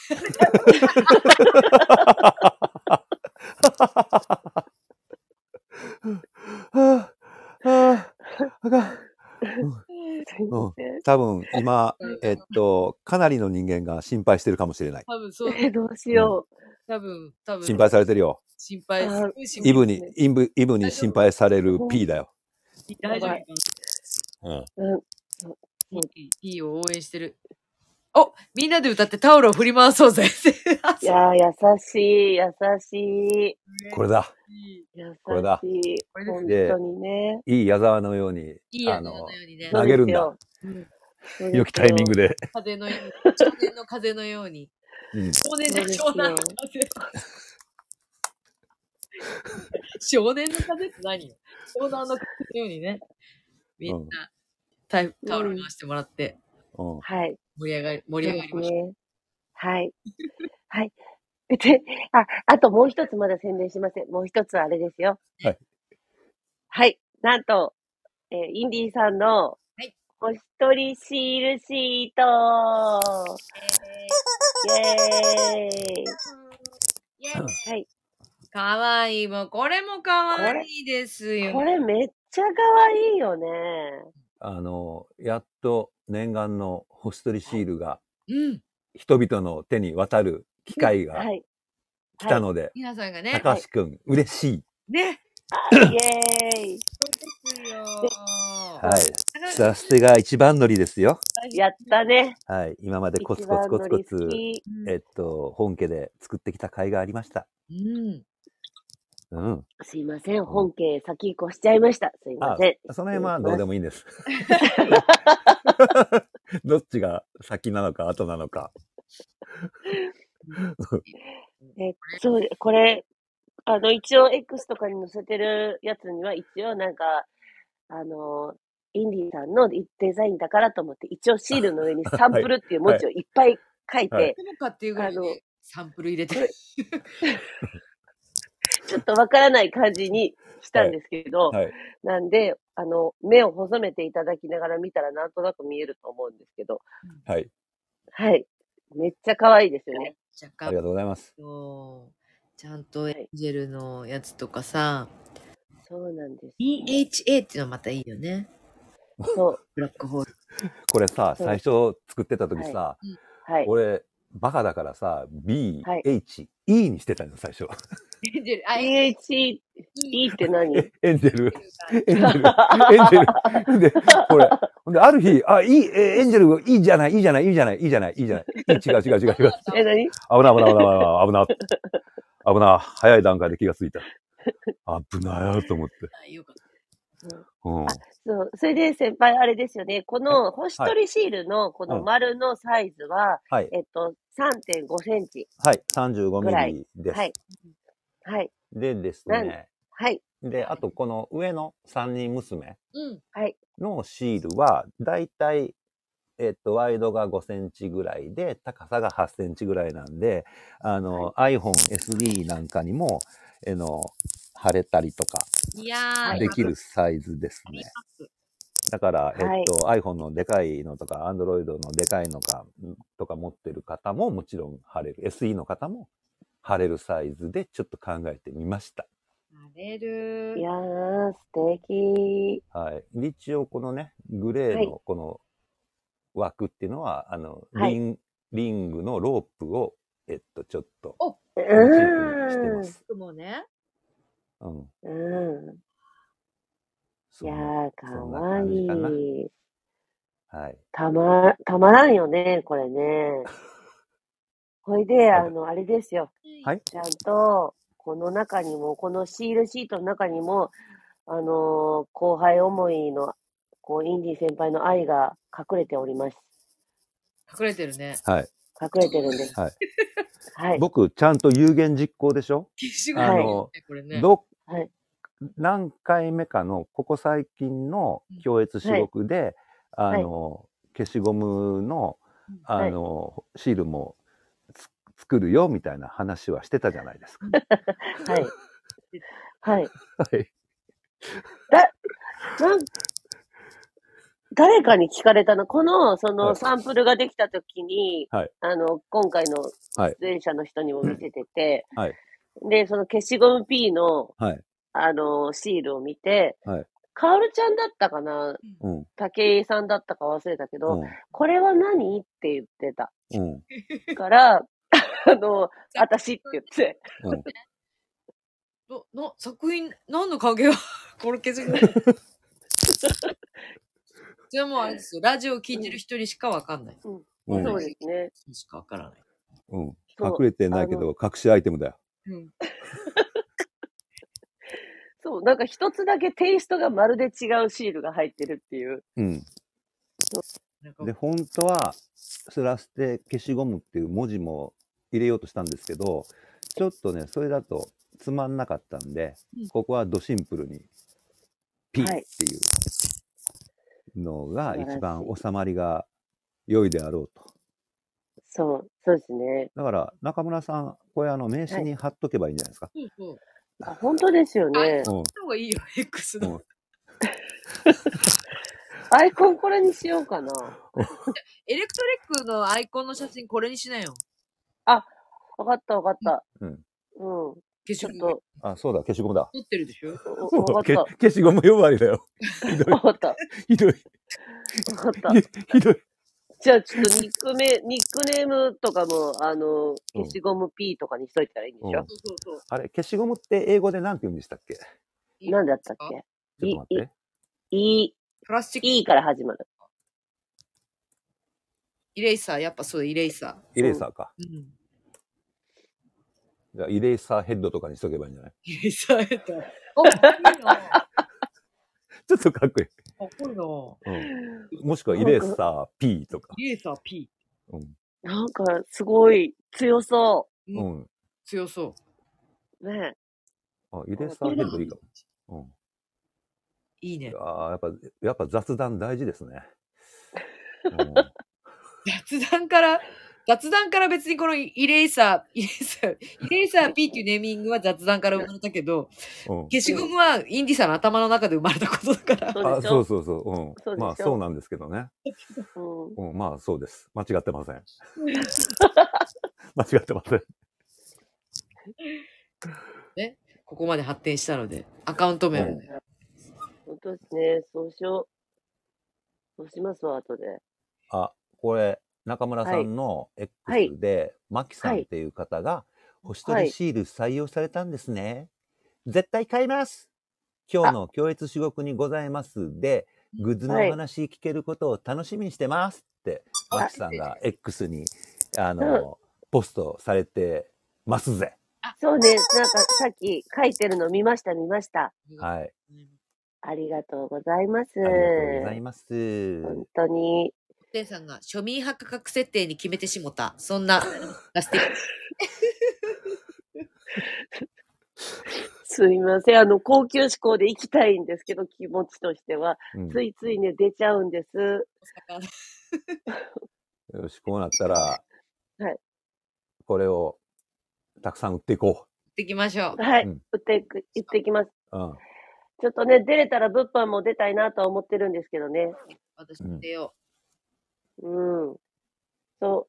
多分今、かなりの人間が心配してるかもしれない。 多分そう。 どうしよう。 多分。 心配されてるよ。 心配。 イブに心配される P だよ。 大丈夫。P を応援してる。お、みんなで歌ってタオルを振り回そうぜ。 いや、優しい、優しい。 これだ。これだ。 本当にね。 いい矢沢のように、投げるんだ。良きタイミングで。 風のように。少年の風のように。少年の風。少年の風って何よ。湘南の風のようにね。みんな、タオル回してもらって。 はい。 盛り上がりました。 はい。はい。で、あともう一つまだ宣伝しません。もう一つあれですよ。 はい。 はい。なんと、インディーさんの、お一人シールシートイェーイはい。 かわいい。もうこれもかわいいですよ。 これめっちゃかわいいよね。 やっと念願の星取りシールが、人々の手に渡る機会が来たので、 皆さんがね、 高橋くん、嬉しい。 ね。 イェーイ。 そうですよ。 はい。サステが一番乗りですよ。 やったね。 はい。今までコツコツコツコツ、本家で作ってきた甲斐がありました。 すいません。本家先越しちゃいました。すいません。 その辺はどうでもいいんです。どっちが先なのか後なのか。 そう、これ、一応 X とかに載せてるやつには一応なんか、インディさんのデザインだからと思って、一応シールの上にサンプルっていう文字をいっぱい書いて、 サンプル入れて。 ちょっとわからない感じにしたんですけど、なんで、目を細めていただきながら見たらなんとなく見えると思うんですけど、 はい。 はい。めっちゃ可愛いですよね。 ありがとうございます。 ちゃんとエンジェルのやつとかさ、 そうなんです。 EHA っていうのはまたいいよね。 そう。 ブラックホール。 これさ、最初作ってた時さ、俺、バカだからさ、B、H、E にしてたの、最初。 エンジェル、 EHE って何？ エンジェル。で、これ、ほんで、ある日、エンジェル、いいじゃない、違う。 何？ 危な、早い段階で気がついた。危ないと思って。 そう。それで先輩あれですよね。この星取りシールのこの丸のサイズは、3.5 センチ。 はい、35ミリです。 はい。 でですね。 はい。 で、あとこの上の三人娘のシールは、だいたい、ワイドが5センチぐらいで、高さが8センチぐらいなんで、iPhone SE なんかにも、貼れたりとか、できるサイズですね。だから、iPhone のでかいのとか、Android のでかいのか、とか持ってる方ももちろん貼れる。SE の方も貼れるサイズでちょっと考えてみました。 貼れる。 いやー、素敵。 はい。一応このね、グレーのこの枠っていうのは、リングのロープを、ちょっと、モチーフにしてます。 もうね。 いやー、かわいい。 はい。 たまらんよね、これね。ほいで、あれですよ。 はい。 ちゃんと、この中にも、このシールシートの中にも、後輩思いの、インディ先輩の愛が隠れております。 隠れてるね。 はい。 隠れてるんです。 はい。はい。僕、ちゃんと有言実行でしょ？何回目かの、ここ最近の共越至極で、消しゴムの、シールも作るよ、みたいな話はしてたじゃないですか。 はい。はい。 はい。 誰かに聞かれたの。そのサンプルができたときに、 はい、 今回の出演者の人にも見せてて、はい、で、その消しゴム P の、はい、シールを見て、はい、カオルちゃんだったかな、うん、武井さんだったか忘れたけど、うん、これは何って言ってた。うん、から、私って言って。うん作品、何の関係はこれ消せない。じゃあもうあれですよ。ラジオを聞いてる人にしかわかんない。 うん。そうですね。 しかわからない。 うん。隠れてないけど、隠しアイテムだよ。うん。 そう、なんか一つだけテイストがまるで違うシールが入ってるっていう。うん。 で、本当は、スラステ消しゴムっていう文字も入れようとしたんですけど、ちょっとね、それだとつまんなかったんで、ここはドシンプルに P っていうのが一番収まりが良いであろうと。 そうですね。 だから中村さん、これ名刺に貼っとけばいいんじゃないですか。 あ、本当ですよね。 その方がいいよ、X の。 アイコンこれにしようかな。 エレクトリックのアイコンの写真これにしなよ。 あ、わかった。うん。 消しゴム。 あ、そうだ、消しゴムだ。 撮ってるでしょ。 消しゴム呼ばわりだよ。 わかった。 ひどい。 わかった。 ひどい。 じゃあちょっとニックネームとかも、消しゴム P とかにしといたらいいんでしょ。 そう。 あれ、消しゴムって英語で何て言うんでしたっけ？ 何だったっけ？ ちょっと待って。 プラスチック。 E から始まる。 イレイサー、やっぱそう、イレイサー。 イレイサーか。じゃあ、イレイサーヘッドとかにしとけばいいんじゃない？ イレイサーヘッド。 ちょっとかっこいい。 かっこいいな。 もしくはイレイサー P とか。 イレイサー P。 なんか、すごい強そう。 強そう。 ねえ。 あ、イレイサーヘッドいいかも。 いいね。 やっぱ雑談大事ですね。 雑談から別にこのイレイサー P っていうネーミングは雑談から生まれたけど、消しゴムはインディさんの頭の中で生まれたことだから。 そう。まあそうなんですけどね。まあそうです。間違ってません。間違ってません。 ね、ここまで発展したので、アカウント名を。 本当ですね。そうしますわ、後で。 あ、これ、中村さんの X で、マキさんっていう方が、星取りシール採用されたんですね。絶対買います。今日の共越至極にございますで、グッズのお話聞けることを楽しみにしてますって、マキさんが X に、ポストされてますぜ。 そうね。なんかさっき書いてるの見ました。 はい。 ありがとうございます。 ありがとうございます。 本当に。 テンさんが庶民派価格設定に決めてしもた。そんなラスティック。 すいません。高級志向で行きたいんですけど、気持ちとしては。ついついね、出ちゃうんです。 よし、こうなったら、これをたくさん売っていこう。売っていきましょう。はい。売っていきます。ちょっとね、出れたら物販も出たいなとは思ってるんですけどね。 私も出よう。そう。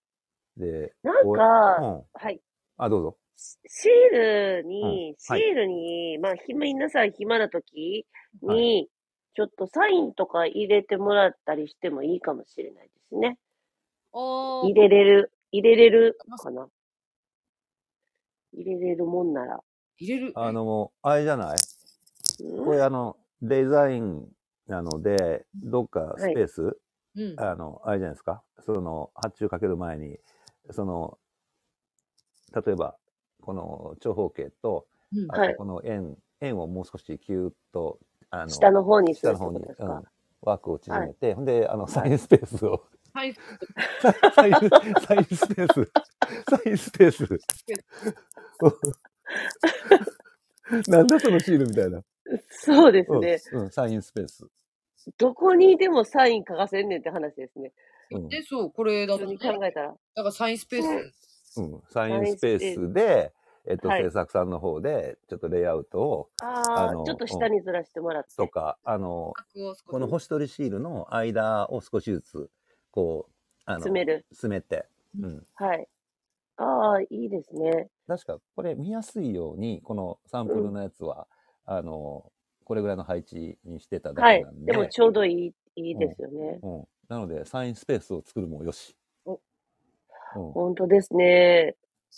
で、 なんか、はい。 あ、どうぞ。 シールに、まあ、皆さん暇な時に、ちょっとサインとか入れてもらったりしてもいいかもしれないですね。入れれるかな。入れれるもんなら。 入れる。 あれじゃない？これデザインなので、どっかスペース、あれじゃないですか。発注かける前に、例えば、この長方形と、あとこの円をもう少しキューッと、 下の方に枠を縮めて、ほんで、サインスペースを。 サインスペース。なんだそのシールみたいな。 そうですね。 サインスペース。 どこにでもサイン書かせんねんって話ですね。 そう、これだと考えたら。 だからサインスペース。 サインスペースで、 制作さんの方で、ちょっとレイアウトを、 ちょっと下にずらしてもらって。 とか、この星取りシールの間を少しずつ、こう、詰めて。 はい。いいですね。 確か、これ見やすいように、このサンプルのやつは、これぐらいの配置にしてただけなんで。 でもちょうどいいですよね。 なので、サインスペースを作るもよし。 本当ですね。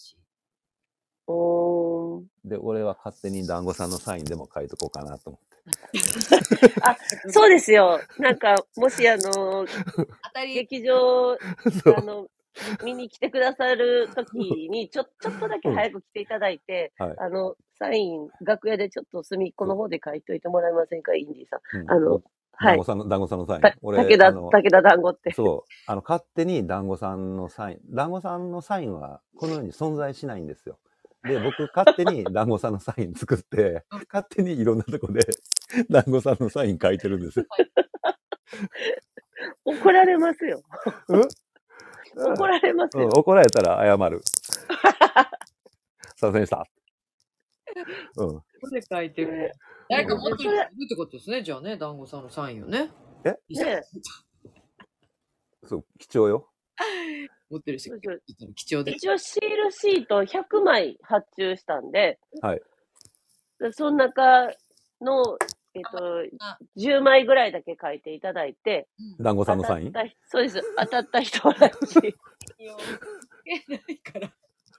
で、俺は勝手に団子さんのサインでも書いとこうかなと思って。 そうですよ。なんか、もし劇場、見に来てくださるときに、ちょっとだけ早く来ていただいて、サイン、楽屋でちょっと隅っこの方で書いといてもらえませんか、インディさん。 団子さんのサイン。 武田団子って。 そう。勝手に団子さんのサイン。団子さんのサインはこのように存在しないんですよ。で、僕、勝手に団子さんのサイン作って、勝手にいろんなとこで団子さんのサイン書いてるんですよ。 怒られますよ。怒られますよ。 怒られたら謝る。すいませんでした。 これ書いてる。誰か持ってるってことですね、じゃあね、団子さんのサインをね。 そう、貴重よ。 持ってるし、貴重で。 一応シールシート100枚発注したんで、その中の、10枚ぐらいだけ書いていただいて、 団子さんのサイン？ そうです。当たった人はないから。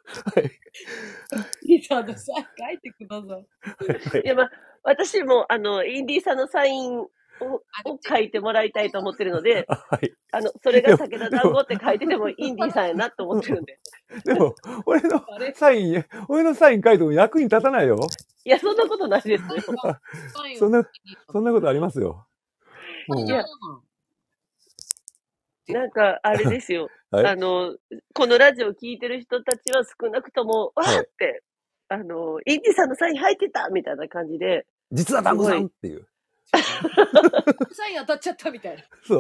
インディさんのサイン書いてください。 いや、私も、インディさんのサインを書いてもらいたいと思ってるので、それが武田団子って書いててもインディさんやなと思ってるんで。 でも、俺のサイン書いても役に立たないよ。 いや、そんなことないですよ。 そんなことありますよ。 なんか、あれですよ。このラジオ聞いてる人たちは少なくとも、わーって、インディさんのサイン入ってたみたいな感じで。 実は団子さんっていう。 サイン当たっちゃったみたいな。 そう。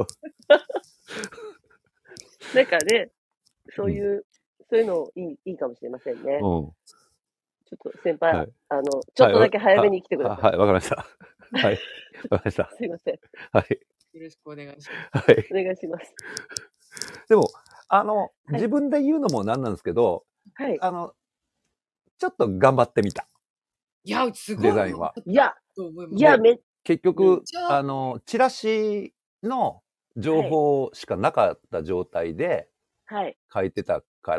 なんかね、そういうのいいかもしれませんね。ちょっと先輩、ちょっとだけ早めに来てください。 はい、わかりました。はい、わかりました。 すいません。 はい。 よろしくお願いします。はい。お願いします。 でも、自分で言うのもなんなんですけど、ちょっと頑張ってみた。 いや、すごい。 デザインは。 いや、 結局、チラシの情報しかなかった状態で書いてたから、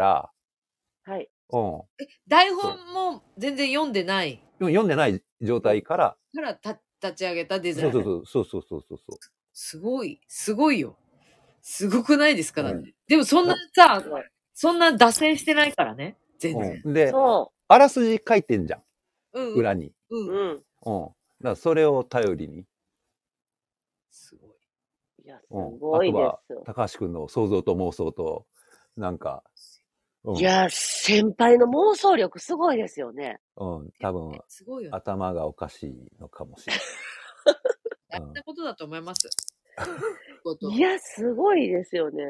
台本も全然読んでない。 読んでない状態から。 立ち上げたデザイン。 そう。 すごいよ。すごくないですか？でもそんなさ、そんな脱線してないからね。全然。 で、あらすじ書いてんじゃん。裏に。だからそれを頼りに。 すごい。 いや、すごいですよ。 あとは、高橋くんの想像と妄想と、なんか。 いや、先輩の妄想力すごいですよね。 多分、頭がおかしいのかもしれない。 やったことだと思います。 いや、すごいですよね。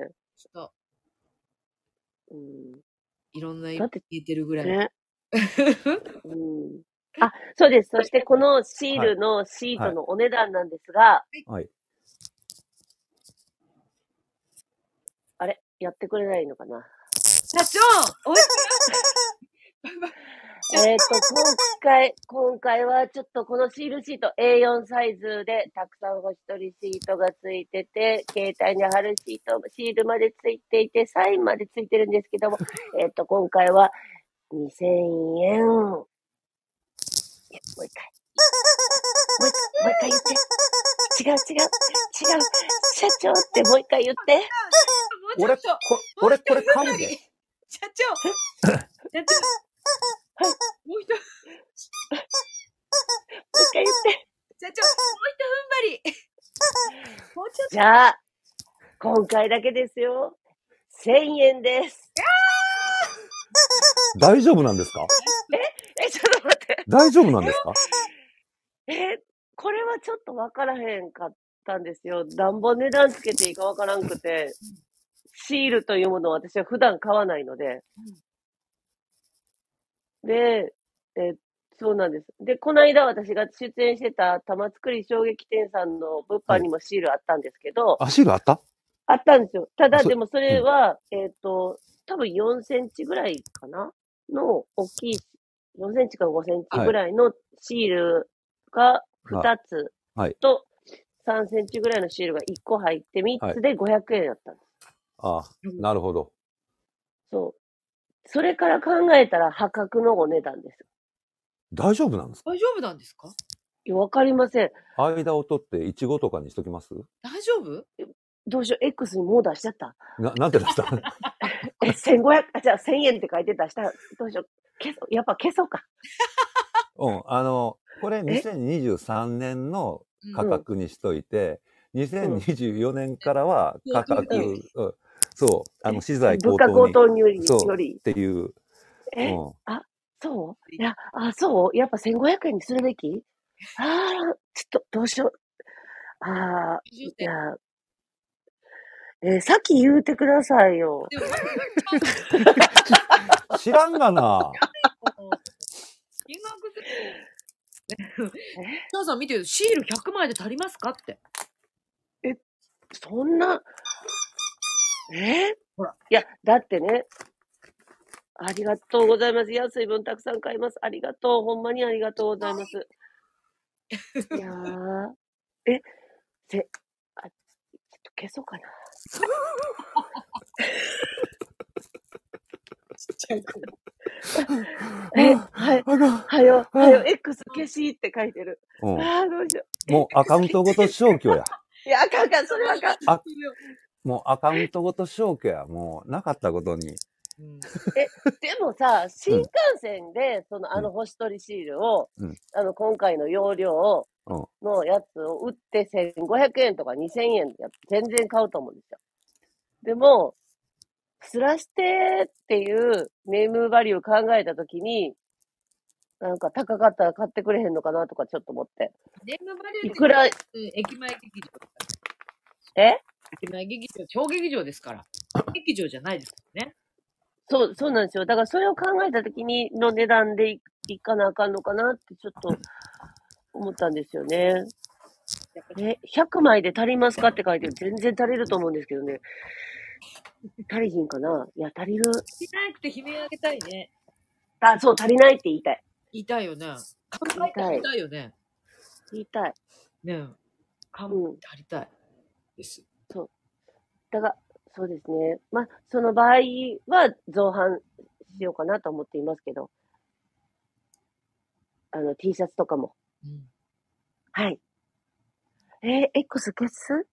いろんな言えてるぐらい。 ね。そうです。そしてこのシールのシートのお値段なんですが、あれやってくれないのかな。 社長今回はちょっとこのシールシート A4 サイズでたくさん星取りシートがついてて、携帯に貼るシールまでついていて、サインまでついてるんですけども、今回は2000円。もう一回言って。違う。社長ってもう一回言って。 俺これ買うで。 社長はい。 もう一回言って。 社長、もう一踏ん張り。 じゃあ、今回だけですよ。1000円です。 大丈夫なんですか？ ちょっと待って。 大丈夫なんですか？ これはちょっとわからへんかったんですよ。なんぼ値段つけていいかわからんくて、シールというものを私は普段買わないので。 で、そうなんです。で、この間私が出演してた玉造衝撃店さんの物販にもシールあったんですけど、 シールあった？ あったんですよ。ただ、でもそれは、多分4センチぐらいかなの大きい、4センチか5センチぐらいのシールが2つと、3センチぐらいのシールが1個入って3つで500円だったんです。 ああ、なるほど。 そう。それから考えたら破格のお値段です。 大丈夫なんですか？ 大丈夫なんですか？ いや、わかりません。 間を取ってイチゴとかにしときます？ 大丈夫？ どうしよう、X にもう出しちゃった。 なんて出した？ 1500、じゃあ1000円って書いて出したら、どうしよう。やっぱ消そうか。 うん、これ2023年の価格にしといて、2024年からは価格、そう、資材物価高騰により。 っていう。 そういや、そうやっぱ1500円にするべき？ちょっと、どうしよう。いや、さっき言うてくださいよ。 知らんがな。 母さん見てる、シール100枚で足りますかって。 そんな、ほら。いや、だってね、ありがとうございます。安い分たくさん買います。ありがとう。ほんまにありがとうございます。いやー、ちょっと消そうかな。はよ、X 消しって書いてる。どうしよう。もうアカウントごと消去や。 いや、あかん、それはあかん。 もうアカウントごと消去や。もうなかったことに。 でもさ、新幹線で、星取りシールを、今回の容量のやつを売って1500円とか2000円で全然買うと思うんですよ。でも、スラステっていうネームバリュー考えたときに、なんか高かったら買ってくれへんのかなとかちょっと思って。 ネームバリューいくら、 駅前劇場。駅前劇場、小劇場ですから。劇場じゃないですからね。 そうなんですよ。だからそれを考えたときにの値段でいかなあかんのかなってちょっと思ったんですよね。100枚で足りますかって書いてる。全然足りると思うんですけどね。足りひんかな？いや、足りる。 足りなくて悲鳴あげたいね。 そう、足りないって言いたい。 言いたいよね。言いたいよね。 言いたい。 ねえ。足りたい。です。 そう。だから、そうですね。まあ、その場合は造反しようかなと思っていますけど。T シャツとかも。はい。X 消す？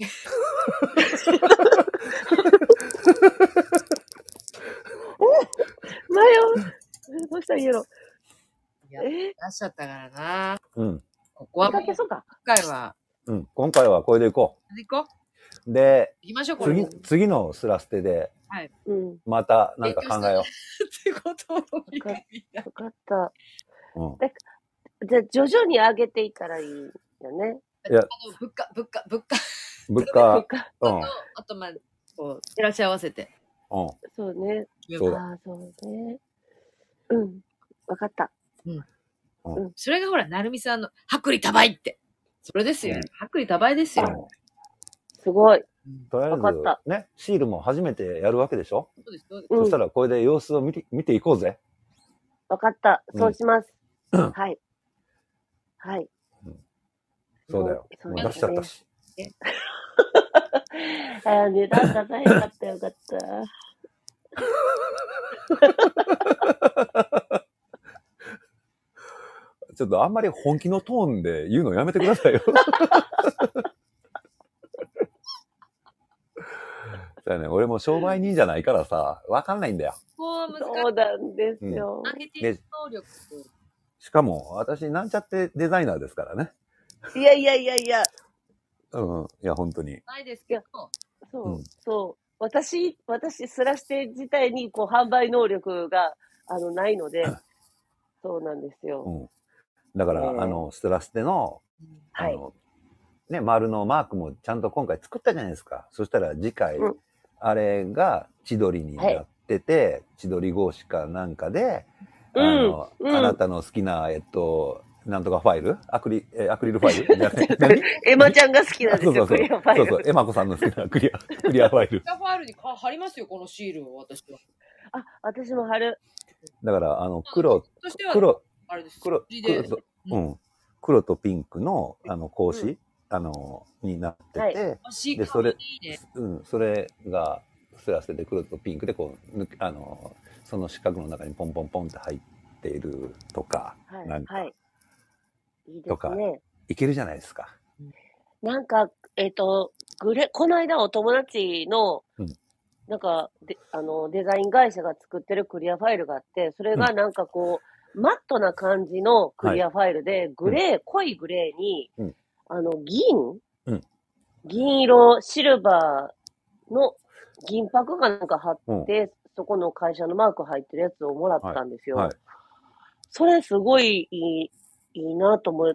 どうしたらいいやろ。 出しちゃったからな。 ここは消そうか。 今回はこれでいこう。 行こう。で、 行きましょう、 次のスラステで、またなんか考えよう。 ってことわかった。じゃあ徐々に上げていったらいいよね。 いや、物価。 あと、まあ、こう、照らし合わせて。 そうね。そうね。わかった。 それがほら、なるみさんの、薄利多売って。それですよ。薄利多売ですよ。 すごい。 とりあえず、ね、シールも初めてやるわけでしょ？そしたらこれで様子を見ていこうぜ。 わかった。そうします。はい。 そうだよ。もう出しちゃったし。 値段高いかったよかった。 ちょっとあんまり本気のトーンで言うのやめてくださいよ。だね、俺も商売人じゃないからさ、わかんないんだよ。 そうなんですよ。 しかも、私、なんちゃってデザイナーですからね。 いや。 いや、本当に。 ないですけど。 そう。私、スラステ自体に、販売能力が、ないので、そうなんですよ。 だから、スラステの、ね、丸のマークもちゃんと今回作ったじゃないですか。そしたら次回、あれが千鳥になってて、千鳥格子かなんかで、 あなたの好きな、なんとかファイルアクリルファイルじゃないエマちゃんが好きなんですよ、クリアファイル。 そう、エマ子さんの好きなクリアファイル。クリアファイルに貼りますよ、このシールを、私は。 あ、私も貼る。 だから、黒とピンクの、格子、になってて、で、それが、スラスで黒とピンクで、こう、その四角の中にポンポンポンって入っているとか、なんか。 いいですね。 いけるじゃないですか。 なんか、この間お友達の、なんかデザイン会社が作ってるクリアファイルがあって、それがなんかこう、マットな感じのクリアファイルで、濃いグレーに、銀色、シルバーの銀箔がなんか貼って、そこの会社のマーク入ってるやつをもらったんですよ。それすごいいいなと思って、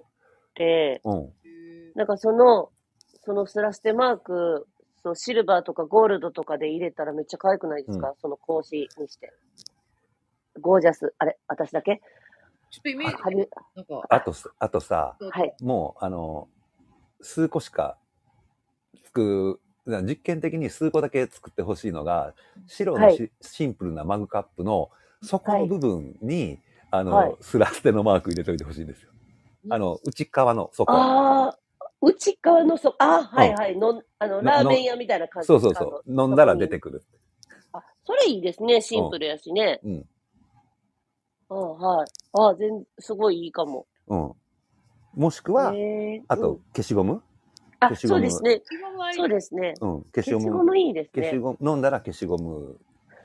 なんかそのスラステマーク、シルバーとかゴールドとかで入れたらめっちゃ可愛くないですか、その格子にして。ゴージャス。あれ私だけちょっとイメージ。 あとさ、もう、数個しか実験的に数個だけ作ってほしいのが、白のシンプルなマグカップの底の部分に、スラステのマーク入れといてほしいんですよ。内側の底。 内側の底。ラーメン屋みたいな感じ。 そう。飲んだら出てくる。 それいいですね。シンプルやしね。すごいいいかも。 もしくは、あと、消しゴム。 そうですね。そうですね。 消しゴムいいですね。 飲んだら消しゴム。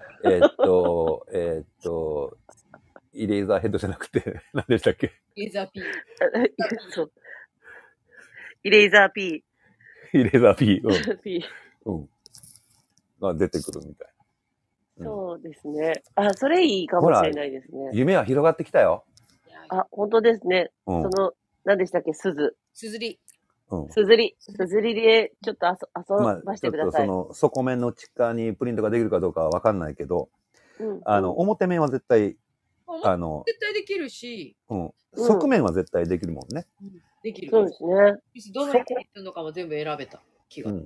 イレーザーヘッドじゃなくて、何でしたっけ？ イレーザー P。 イレーザー P。 イレーザー P。が出てくるみたいな。そうですね。それいいかもしれないですね。 夢は広がってきたよ。 本当ですね。何でしたっけ？すずり。すずりでちょっと遊ばしてください。 底面の側にプリントができるかどうかはわかんないけど、表面は絶対、 絶対できるし、 側面は絶対できるもんね。 できる。 そうですね。 どの色にするのかも全部選べた気が。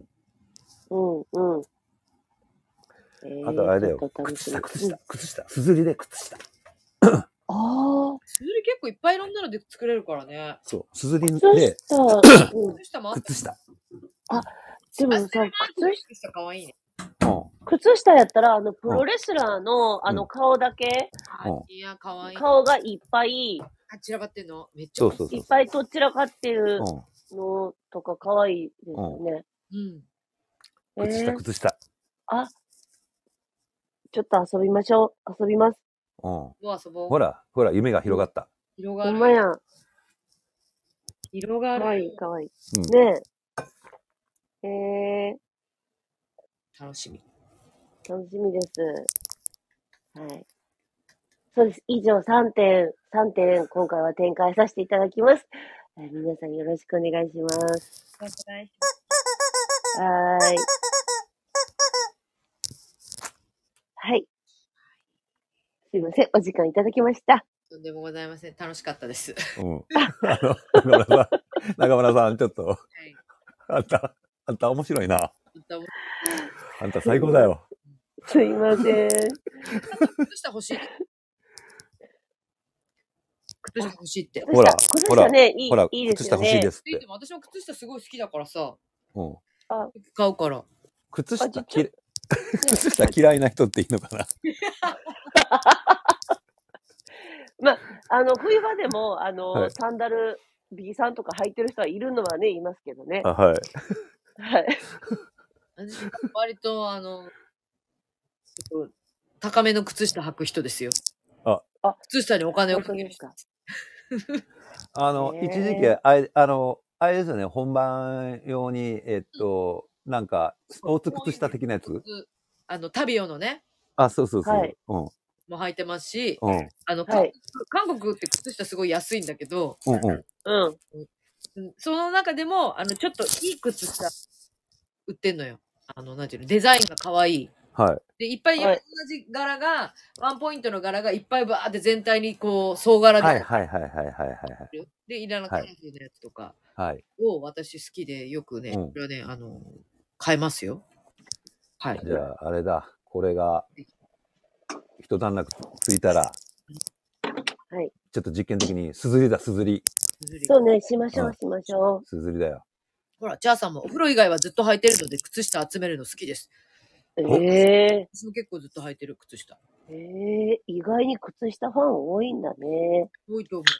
あとあれだよ。靴下。すずりで靴下。 すずり結構いっぱいいろんなので作れるからね。 そう。すずりで、 靴下も靴下。 でもさ、 靴下かわいいね。 靴下やったら、プロレスラーの、顔だけ、 いや、かわいい。 顔がいっぱい、 散らかってんのめっちゃいっぱいとっちらかってるのとかかわいいですよね。 靴下。 ちょっと遊びましょう。遊びます。 遊ぼう。 ほら、夢が広がった。 広がる。 ほんまや。 広がる。 かわいい。ねえ。 楽しみです。はい。そうです。以上3点、今回は展開させていただきます。皆さんよろしくお願いします。はい。はい。すいません。お時間いただきました。 とんでもございません。楽しかったです。 中村さん、ちょっと、あんた面白いな。あんた最高だよ。 すいません。 靴下欲しい。靴下欲しいって。 ほら、 靴下ね、いいですよね。 靴下欲しいですって。 私も靴下すごい好きだからさ。 買うから。 靴下嫌いな人っていいのかな。 冬場でも、サンダル、B さんとか履いてる人はいるのはね、いますけどね。 はい。 割と、高めの靴下履く人ですよ。靴下にお金をかける人。 一時期、あれですよね、本番用に、なんか、スポーツ靴下的なやつタビオのね。 そう。 も履いてますし、韓国って靴下すごい安いんだけど、その中でも、ちょっといい靴下売ってんのよ。なんていうの、デザインが可愛い。 はい。 で、いっぱい同じ柄が、ワンポイントの柄がいっぱいバーって全体にこう、総柄で。 はいはいはいはいはいはい。 で、いらなカラフルなやつとかを私好きでよくね、これはね、買えますよ。はい。 じゃあ、あれだ。これが、一段落ついたら、 はい。 ちょっと実験的に、すずりだ、すずり。 そうね、しましょう、しましょう。 すずりだよ。 ほら、チャーさんもお風呂以外はずっと履いてるので、靴下集めるの好きです。私も結構ずっと履いてる靴下。 意外に靴下ファン多いんだね。 多いと思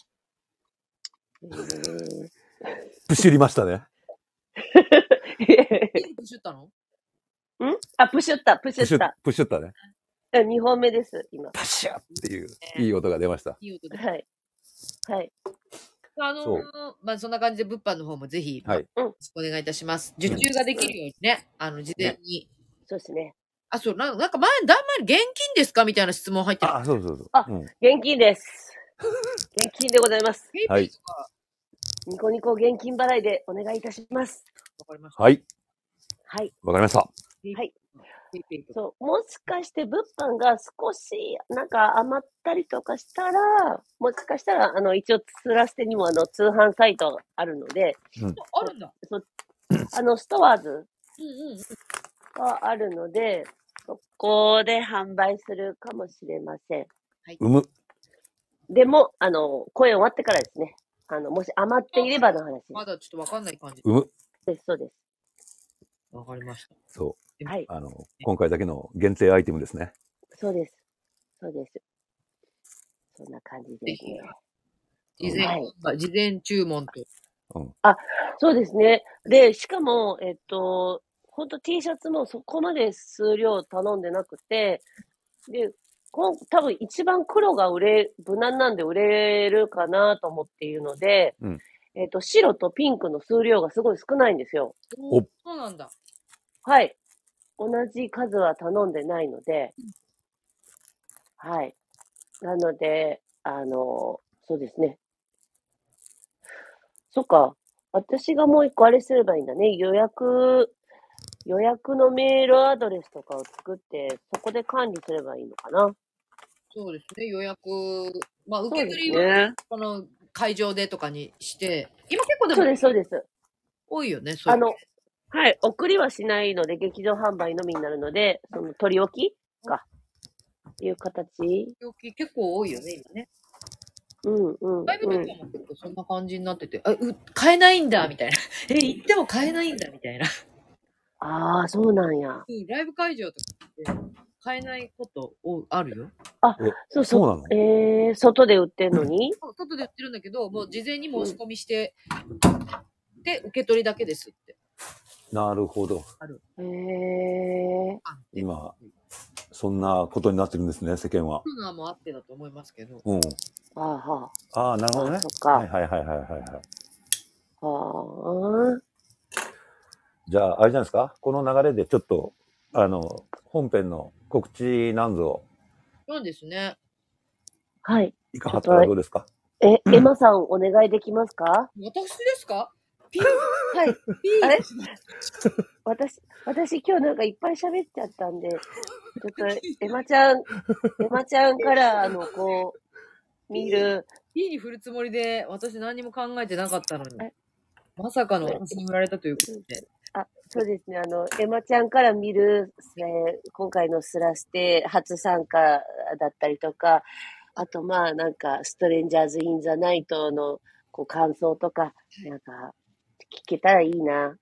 う。プシュりましたね。 プシュったの？ プシュった、プシュった。 プシュったね。 2本目です、今。 パシャっていう、いい音が出ました。 いい音で。 はい。はい。 まあ、そんな感じで物販の方もぜひ、 はい。 お願いいたします。受注ができるようにね、事前に。 そうですね。 そう、なんかだんまり現金ですかみたいな質問入ってる。 そうそうそう。 現金です。現金でございます。 はい。 ニコニコ現金払いでお願いいたします。 わかりました。 はい。 はい。 わかりました。はい。そう、もしかして物販が少しなんか余ったりとかしたら、もしかしたら一応スラステにも通販サイトあるので、 あるんだ。 ストアーズがあるので、そこで販売するかもしれません。 はい。 でも公演終わってからですね。もし余っていればの話。 まだちょっとわかんない感じ。 です、そうです。 わかりました。 そう。 はい。 今回だけの限定アイテムですね。 そうです。そうです。そんな感じですね。 事前注文と。 そうですね。で、しかも、本当 T シャツもそこまで数量頼んでなくて、で、多分一番黒が無難なんで売れるかなと思っているので、白とピンクの数量がすごい少ないんですよ。 そうなんだ。 はい。同じ数は頼んでないので、はい。なので、そうですね。そっか。私がもう一個あれすればいいんだね。予約のメールアドレスとかを作って、そこで管理すればいいのかな。 そうですね。予約、まあ、受け取りは、この会場でとかにして、今結構でも、 そうです。 多いよね、 はい。送りはしないので、劇場販売のみになるので、その取り置きか。いう形。取り置き結構多いよね、今ね。 ライブとかも結構そんな感じになってて、買えないんだ、みたいな。行っても買えないんだ、みたいな。 そうなんや。 ライブ会場とかって買えないことあるよ。 そうなの？外で売ってんのに？ 外で売ってるんだけど、もう事前に申し込みして、で、受け取りだけですって。 なるほど。今、そんなことになってるんですね、世間は。 コロナもあってだと思いますけど。 なるほどね。 そっか。 はい。じゃあ、あれじゃないですか、この流れでちょっと、本編の告知なんぞ。 そうですね。 はい。 いかはったらどうですか？ エマさん、お願いできますか？ 私ですか？ はい。あれ私今日なんかいっぱい喋っちゃったんで、ちょっと、エマちゃんから見る。 P に振るつもりで、私何も考えてなかったのに。まさかの私に振られたということで。 そうですね。エマちゃんから見る、今回のスラステ初参加だったりとか、あとなんか、ストレンジャーズ・イン・ザ・ナイトの感想とか、なんか、聞けたらいいな。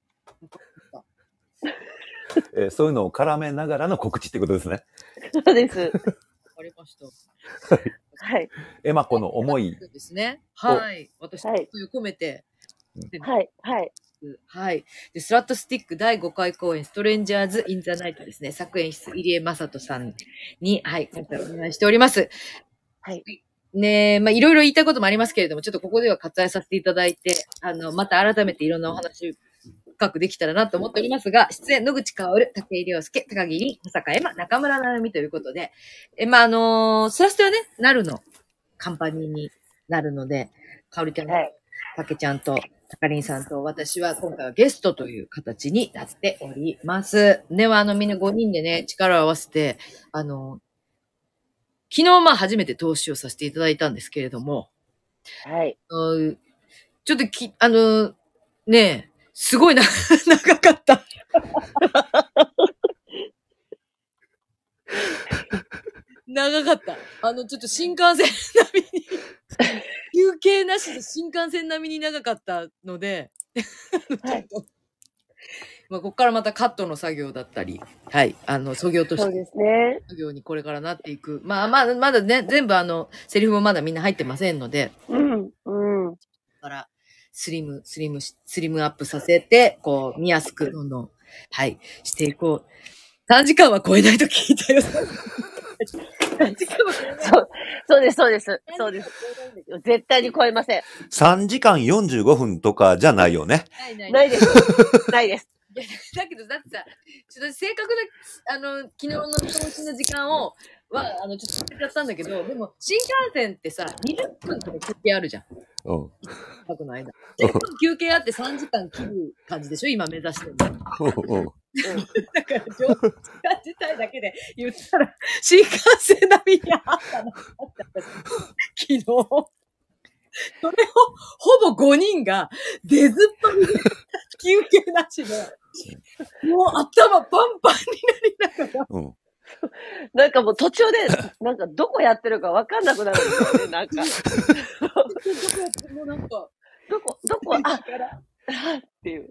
そういうのを絡めながらの告知ってことですね。 そうです。わかりました。 はい。 エマ子の思い。 そうですね。はい。私、込めて。 はい。 はい。で、スラットスティック第5回公演、ストレンジャーズ・イン・ザ・ナイトですね。作演出、入江正人さんに、はい、今回お願いしております。 はい。 ねいろいろ言いたいこともありますけれども、ちょっとここでは割愛させていただいて、また改めていろんなお話深くできたらなと思っておりますが、出演、野口薫、武井亮介、高木里、保坂エマ、中村直美ということで、スラステはね、なるのカンパニーになるので、かおりちゃんと、たけちゃんと、 さかりんさんと私は今回はゲストという形になっております。では、みんな5人でね、力を合わせて、昨日初めて投資をさせていただいたんですけれども、 はい。 ちょっとねえ、すごい長かった。長かった。ちょっと新幹線並みに、休憩なしで新幹線並みに長かったので、はい、ここからまたカットの作業だったり、はい、作業として、そうですね。作業にこれからなっていく。まだね、全部セリフもまだみんな入ってませんので、だからスリムアップさせて、こう、見やすく、どんどん、はい、していこう。3時間は超えないと聞いたよ。 そうです。絶対に超えません。 3時間45分とかじゃないよね。 ないです。ないです。 だけど、だってさ、ちょっと正確な、昨日の投資の時間を、ちょっと忘れちゃったんだけど、でも、新幹線ってさ、20分とか休憩あるじゃん。うん。の間。10分休憩あって3時間切る感じでしょ今目指してるの。だから、時間自体だけで言ったら、新幹線並みにあったの。昨日。それを、ほぼ5人が、出ずっぱりで、休憩なしで、もう頭パンパンになりながら。 なんかもう途中で、なんかどこやってるかわかんなくなるんですよね、なんか。もうなんか、どこ、っていう。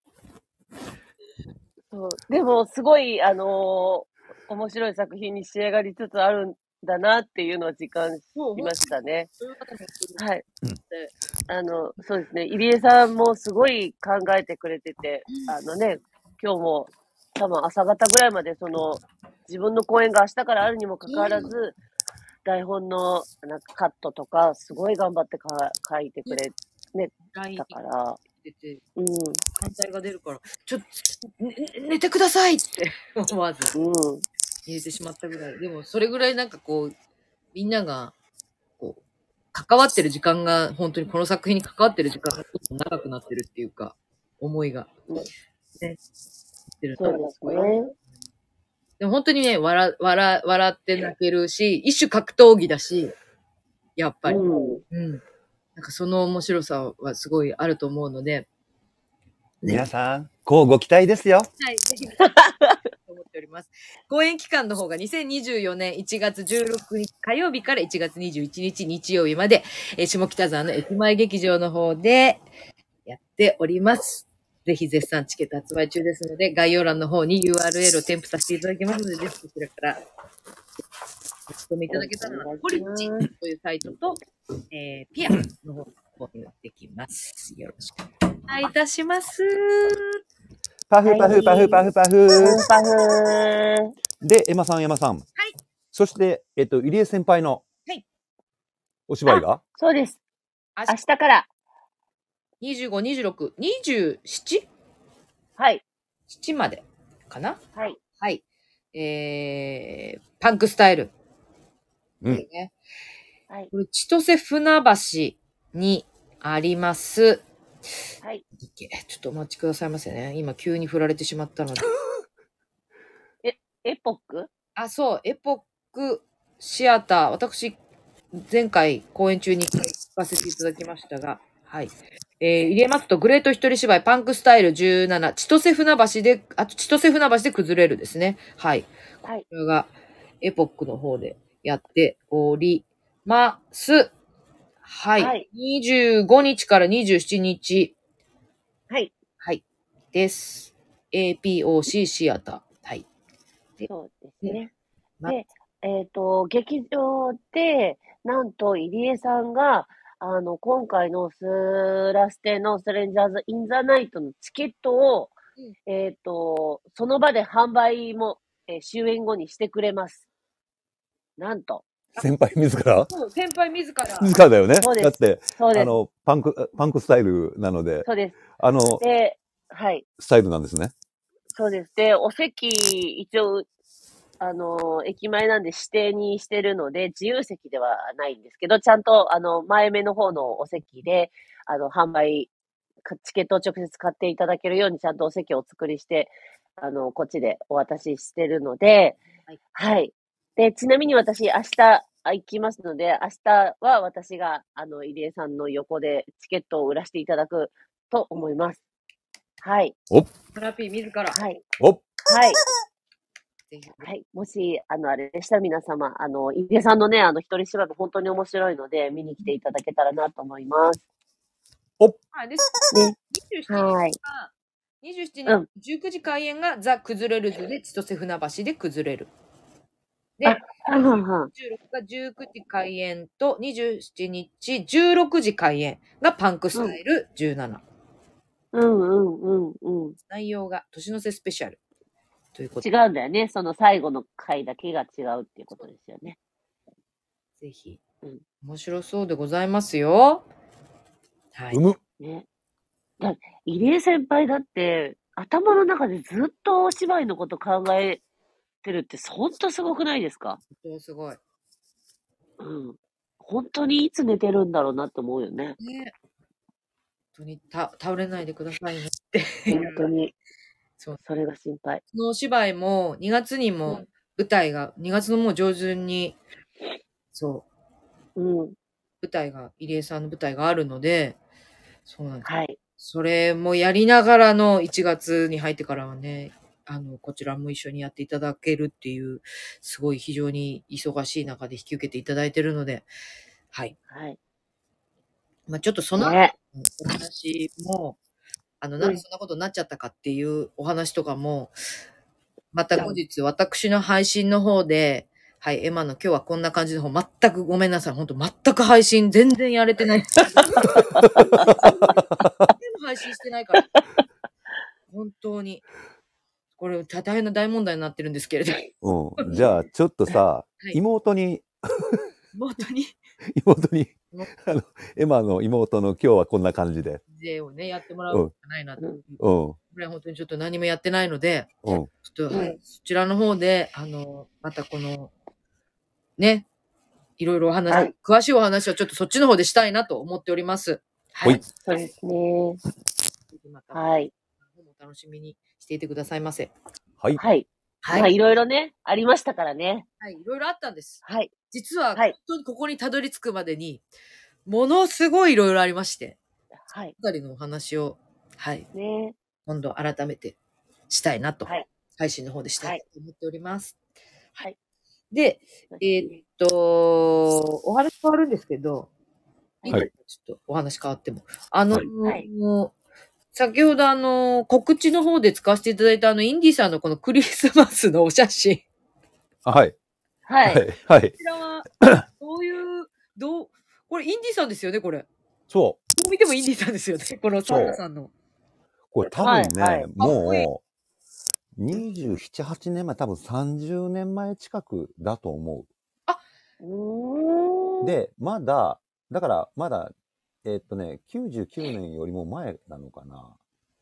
そう。でも、すごい、面白い作品に仕上がりつつあるんだなっていうのを実感しましたね。はい。そうですね。入江さんもすごい考えてくれてて、今日も多分朝方ぐらいまで自分の公演が明日からあるにもかかわらず、台本のなんかカットとかすごい頑張って書いてくれねだから、 反対が出るからちょっと寝てくださいって思わず入れてしまったぐらい。でもそれぐらいなんかこうみんながこう関わってる時間が本当にこの作品に関わってる時間が長くなってるっていうか思いがね。 そうですね。 でも本当にね、笑って泣けるし、一種格闘技だし、やっぱり。なんかその面白さはすごいあると思うので。 皆さん、こうご期待ですよ。はい。 思っております。公演期間の方が2024年1月16日火曜日から1月21日日曜日まで、下北沢の駅前劇場の方でやっております。ぜひ絶賛チケット発売中ですので、概要欄の方に URL を添付させていただきますので、ぜひこちらからお勤めいただけたら、コリッチというサイトと、ピアの方にできます。よろしくお願いいたします。 パフパフパフパフパフ。で、エマさん。はい。そして、入江先輩のお芝居が、 そうです。明日から。 25、26、27? はい。 7までかな。 はい。 はい。パンクスタイル。ね。はい。これ、千歳船橋にあります。はい。ちょっとお待ちくださいませね。今、急に振られてしまったので。 エポック？ そう、エポックシアター。私、前回公演中に行かせていただきましたが、はい。入れますと、グレート一人芝居、パンクスタイル17、千歳船橋で崩れるですね。はい。はい。これが、エポックの方でやっております。はい。はい、25日から27日。 はい。 はい。です。APOC シアター。はい。 そうですね。で、劇場で、なんと入江さんが、今回のスラステのストレンジャーズ・イン・ザ・ナイトのチケットを、その場で販売も、終演後にしてくれます。なんと。 先輩自ら？ 先輩自ら。 自らだよね。 そうです。 だって、 そうです。 パンクスタイルなので。 そうです。 で、はい。スタイルなんですね。 そうです。で、お席、一応、駅前なんで指定にしてるので、自由席ではないんですけど、ちゃんと、前目の方のお席で、販売チケットを直接買っていただけるようにちゃんとお席をお作りして、こっちでお渡ししてるので、はい。はい。で、ちなみに私、明日行きますので、明日は私が、入江さんの横でチケットを売らせていただくと思います。はい。 おハラピー自ら。 はい。 おはい。はい。もし、あれでしたら皆様、入江さんのね、一人芝居本当に面白いので、見に来ていただけたらなと思います。 はい。です。 ね。 はい。27日、19時開演がザ・崩れる図で千歳船橋で崩れる。で、26が19時開演と27日16時開演がパンクスタイル17。内容が年の瀬スペシャルということ。 違うんだよね。その最後の回だけが違うっていうことですよね。 ぜひ。面白そうでございますよ。はい。 ね。入江先輩だって、頭の中でずっとお芝居のこと考えてるって、ほんとすごくないですか？ 本当すごい。 本当にいつ寝てるんだろうなって思うよね。 ね。本当に倒れないでくださいねって。 本当に。それが心配。 そのお芝居も2月にも舞台が、2月のもう上旬に、舞台が、入江さんの舞台があるので、そうなんです。はい。それもやりながらの1月に入ってからはね、こちらも一緒にやっていただけるっていう、すごい非常に忙しい中で引き受けていただいているので、はい。はい。まあちょっとその、お話も、なんでそんなことになっちゃったかっていうお話とかも、また後日私の配信の方で、はい、エマの今日はこんな感じの方、全くごめんなさい。本当全く配信全然やれてない。配信してないから。本当に。これ大変な大問題になってるんですけれど。 じゃあちょっとさ、妹にエマの妹の今日はこんな感じで。 でをね、やってもらうしかないなと。これは本当にちょっと何もやってないので、ちょっと、そちらの方で、またこの、ね、いろいろお話、詳しいお話はちょっとそっちの方でしたいなと思っております。 はい。そうですね。はい。 お楽しみにしていてくださいませ。 はい。 はい。まあ、いろいろね、ありましたからね。 はい、いろいろあったんです。 はい。 実は、本当にここにたどり着くまでに、ものすごいいろいろありまして、はい。あたりのお話を、はい。ね。今度改めてしたいなと、はい。配信の方でしたいと思っております。はい。で、お話変わるんですけど、はい。ちょっとお話変わっても。先ほど告知の方で使わせていただいたインディさんのこのクリスマスのお写真。 はい。 はい。 はい。こちらは、どういう、これインディさんですよね、これ。 そう。 こう見てもインディさんですよね、このサンタさんの。 これ多分ね、もう、27、8年前、多分30年前近くだと思う。で、まだ、だからまだ、99年よりも前なのかな。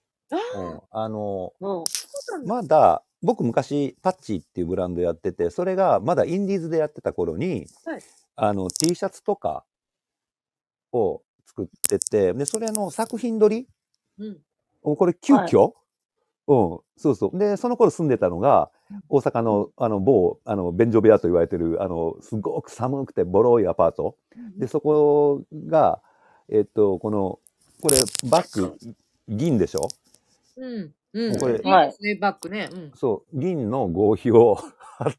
まだ、僕昔、パッチっていうブランドやってて、それがまだインディーズでやってた頃に、T シャツとかを作ってて、で、それの作品撮り、これ急遽、そうそう。で、その頃住んでたのが、大阪の、某、便所部屋と言われてる、すごく寒くてボロいアパート。で、そこが、これ、バッグ、銀でしょ？ これ、いいですね、バッグね。 そう、銀の合皮を貼って、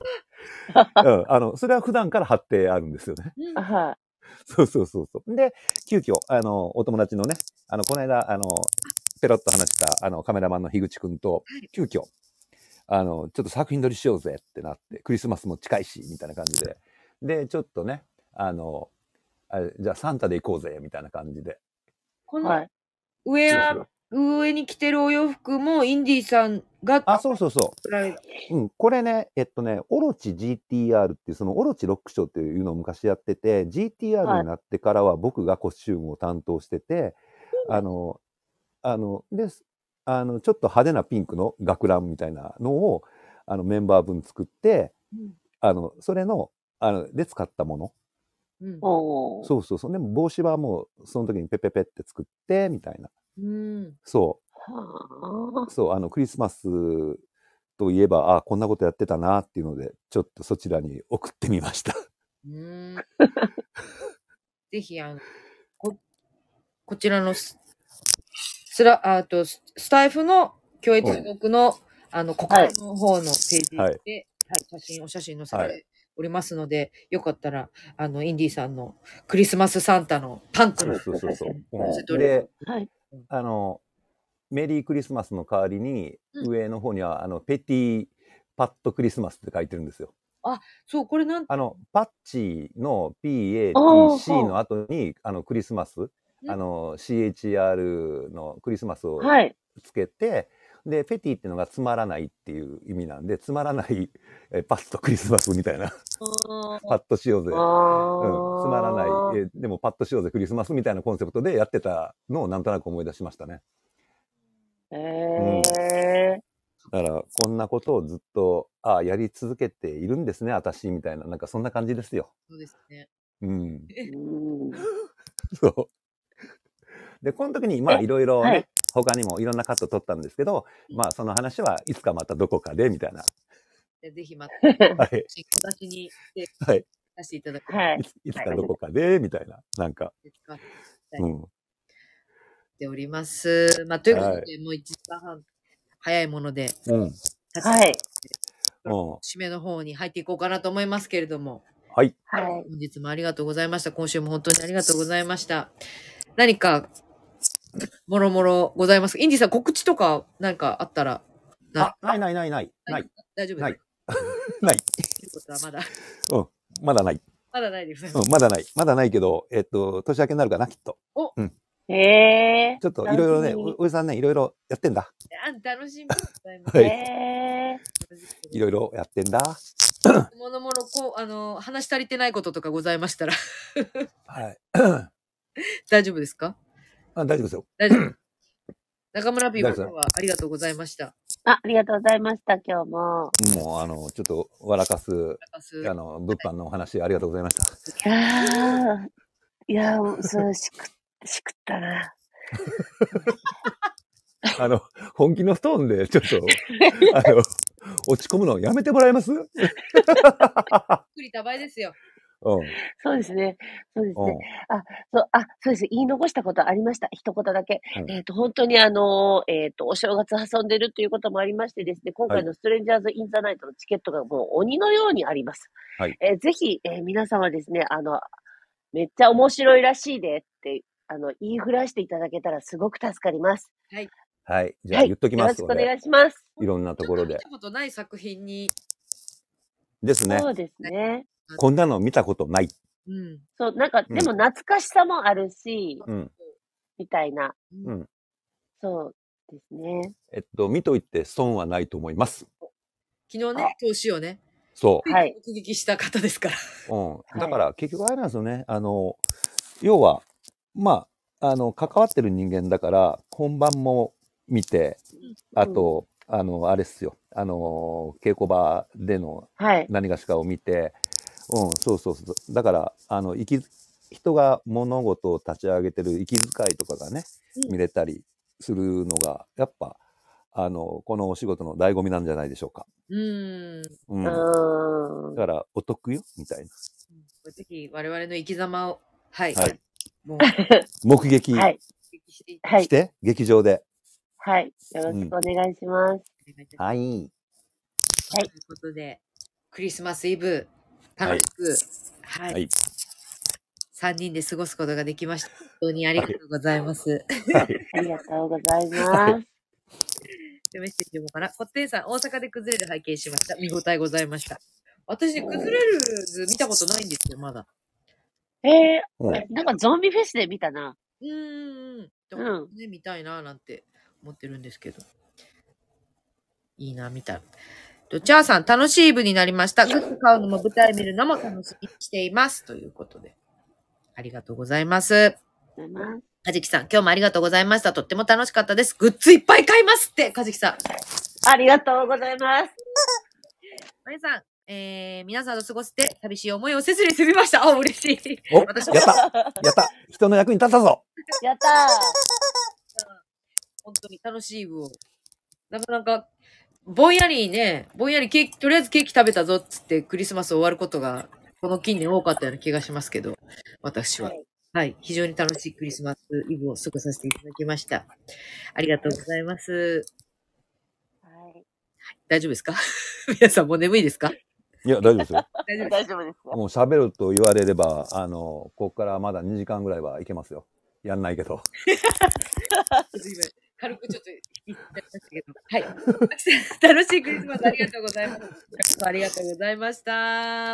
それは普段から貼ってあるんですよね。そうそうそうそう。で、急遽、お友達のね、この間、ペロッと話した、カメラマンの樋口くんと、急遽、ちょっと作品撮りしようぜってなって、クリスマスも近いし、みたいな感じで。で、ちょっとね、じゃあサンタで行こうぜ、みたいな感じで。 この、上に着てるお洋服もインディーさんが。 そうそうそう。これね、オロチ GTR っていう、そのオロチロックショーっていうのを昔やってて、GTR になってからは僕がコスチュームを担当してて、で、ちょっと派手なピンクの学ランみたいなのを、メンバー分作って、それの、で使ったものうん。 そうそうそう。でも帽子はもうその時にペペペって作って、みたいな。そう。そう、クリスマスといえば、あ、こんなことやってたなっていうので、ちょっとそちらに送ってみました。 ぜひ、こちらのスタイフの教育学の、国会の方のページで、はい、お写真載せておりますので、よかったら、インディさんのクリスマスサンタのパンツの載せております。で、メリークリスマスの代わりに、上の方には、ペティパッドクリスマスって書いてるんですよ。 あ、そう、これなんパッチの PATC の後に、クリスマス、CHR のクリスマスをつけて、で、ペティっていうのがつまらないっていう意味なんで、つまらないパッドクリスマスみたいな。パッドしようぜ。つまらない。でもパッドしようぜクリスマスみたいなコンセプトでやってたのをなんとなく思い出しましたね。だから、こんなことをずっと、やり続けているんですね、私、みたいな。なんかそんな感じですよ。 そうですね。 そう。で、この時に、いろいろね、他にもいろんなカット撮ったんですけど、その話はいつかまたどこかで、みたいな。 ぜひまた、はい。形にして出していただく。 いつかどこかで、みたいな。なんか。 ております。ということで、もう1時間半早いもので、 はい。 締めの方に入っていこうかなと思いますけれども。 はい。 本日もありがとうございました。今週も本当にありがとうございました。何か、もろもろございますか？インディさん、告知とか何かあったら。 ない。大丈夫です。 ない。ない。 ということはまだ。 まだない。 まだないです。 まだない。まだないけど、年明けになるかな、きっと。ちょっといろいろね、おじさんね、いろいろやってんだ。 楽しみ。 いろいろやってんだ。 ものもの、話し足りてないこととかございましたら。 はい。 大丈夫ですか？ 大丈夫ですよ。 大丈夫。中村ピーポーはありがとうございました。 ありがとうございました、今日も。 もう、ちょっと、笑かす、物販のお話ありがとうございました。 いやそう、しくったな。 本気のストーンで、ちょっと、落ち込むのやめてもらえます？ くりたばいですよ。 そうですね。そうですね。そうです。言い残したことありました。一言だけ。本当にお正月遊んでるということもありましてですね、今回のストレンジャーズ・イン・ザ・ナイトのチケットがもう鬼のようにあります。ぜひ、皆様ですね、めっちゃ面白いらしいでって、言いふらしていただけたらすごく助かります。 はい。 はい。じゃあ言っときます。 よろしくお願いします。 いろんなところで。 見たことない作品に。 ですね。 そうですね。 こんなの見たことない。 そう、なんか、でも懐かしさもあるし、みたいな。そうですね。 見といて損はないと思います。 昨日ね、投資をね。 そう。 目撃した方ですから。 だから結局あれなんですよね。要は、関わってる人間だから、本番も見て、あと、あれっすよ。稽古場での何がしかを見て、そうそうそう。だから、人が物事を立ち上げてる息遣いとかがね、見れたりするのが、やっぱ、このお仕事の醍醐味なんじゃないでしょうか。だから、お得よ、みたいな。 ぜひ、我々の生き様を、 目撃して、劇場で。 はい。よろしくお願いします。 はい。 ということで、クリスマスイブ、楽しく、3人で過ごすことができました。本当にありがとうございます。 ありがとうございます。 メッセージもかな。こってんさん、大阪で崩れる拝見しました。見応えございました。私ね、崩れる図見たことないんですよ、まだ。 なんかゾンビフェスで見たな。 ね、見たいななんて思ってるんですけど。いいな、見た。チャーさん、楽しいイブになりました。グッズ買うのも舞台見るのも楽しみにしています。ということで。ありがとうございます。かじきさん、今日もありがとうございました。とっても楽しかったです。グッズいっぱい買いますって、かじきさん。 ありがとうございます。 まゆさん、 皆さんと過ごして寂しい思いをせずに済みました。嬉しい。 お、やった。人の役に立ったぞ。 やった本当に楽しい部を。なかなか、ぼんやりケーキ、とりあえずケーキ食べたぞっつってクリスマス終わることが、この近年多かったような気がしますけど、私は。はい。非常に楽しいクリスマスイブを過ごさせていただきました。ありがとうございます。はい。大丈夫ですか？皆さんもう眠いですか？ いや、大丈夫ですよ。 大丈夫ですよ。 もう喋ると言われれば、ここからまだ2時間ぐらいはいけますよ。やんないけど。 軽くちょっと言っちゃいましたけど。はい。楽しいクリスマスありがとうございます。ありがとうございました。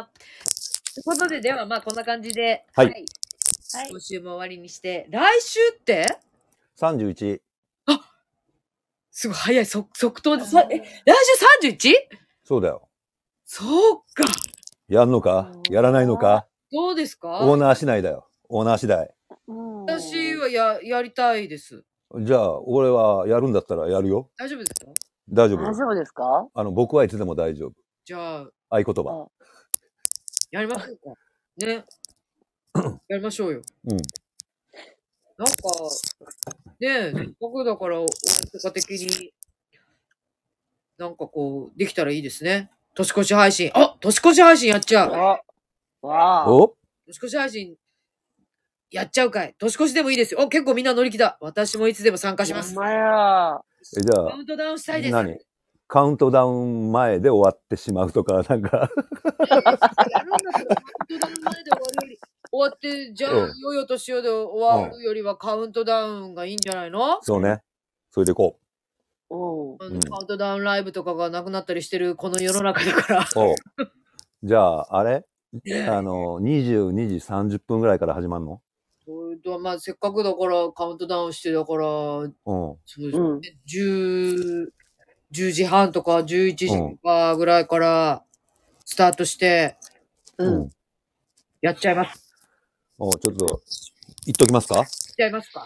ということで、ではまあこんな感じで、 はい。 今週も終わりにして、来週って 31。 あ、すごい早い、即答で。来週 31？ そうだよ。 そうか。 やんのかやらないのかどうですか？ オーナー次第だよ。オーナー次第。 私はやりたいです。 じゃあ、俺はやるんだったらやるよ。 大丈夫ですか？ 大丈夫。 大丈夫ですか？ 僕はいつでも大丈夫。 じゃあ、 合言葉。 やりましょうか。ね。やりましょうよ。 うん。 なんか、ね、僕だから、大阪的に、なんかこう、できたらいいですね。年越し配信。年越し配信やっちゃう。 わあ。 お？ 年越し配信、やっちゃうかい。年越しでもいいですよ。結構みんな乗り気だ。私もいつでも参加します。 じゃあ、 カウントダウンしたいです。 何？カウントダウン前で終わってしまうとか、なんか。 やるんだったらカウントダウン前で終わるより、終わって、じゃあ、よよとしようで終わるよりはカウントダウンがいいんじゃないの？ そうね。それでこう。 カウントダウンライブとかがなくなったりしてるこの世の中だから。 じゃあ、あれ22時30分ぐらいから始まるの？ まあ、せっかくだからカウントダウンしてだから、そうですね。10時半とか11時とかぐらいからスタートして、やっちゃいます。 ちょっと、言っときますか？言っちゃいますか？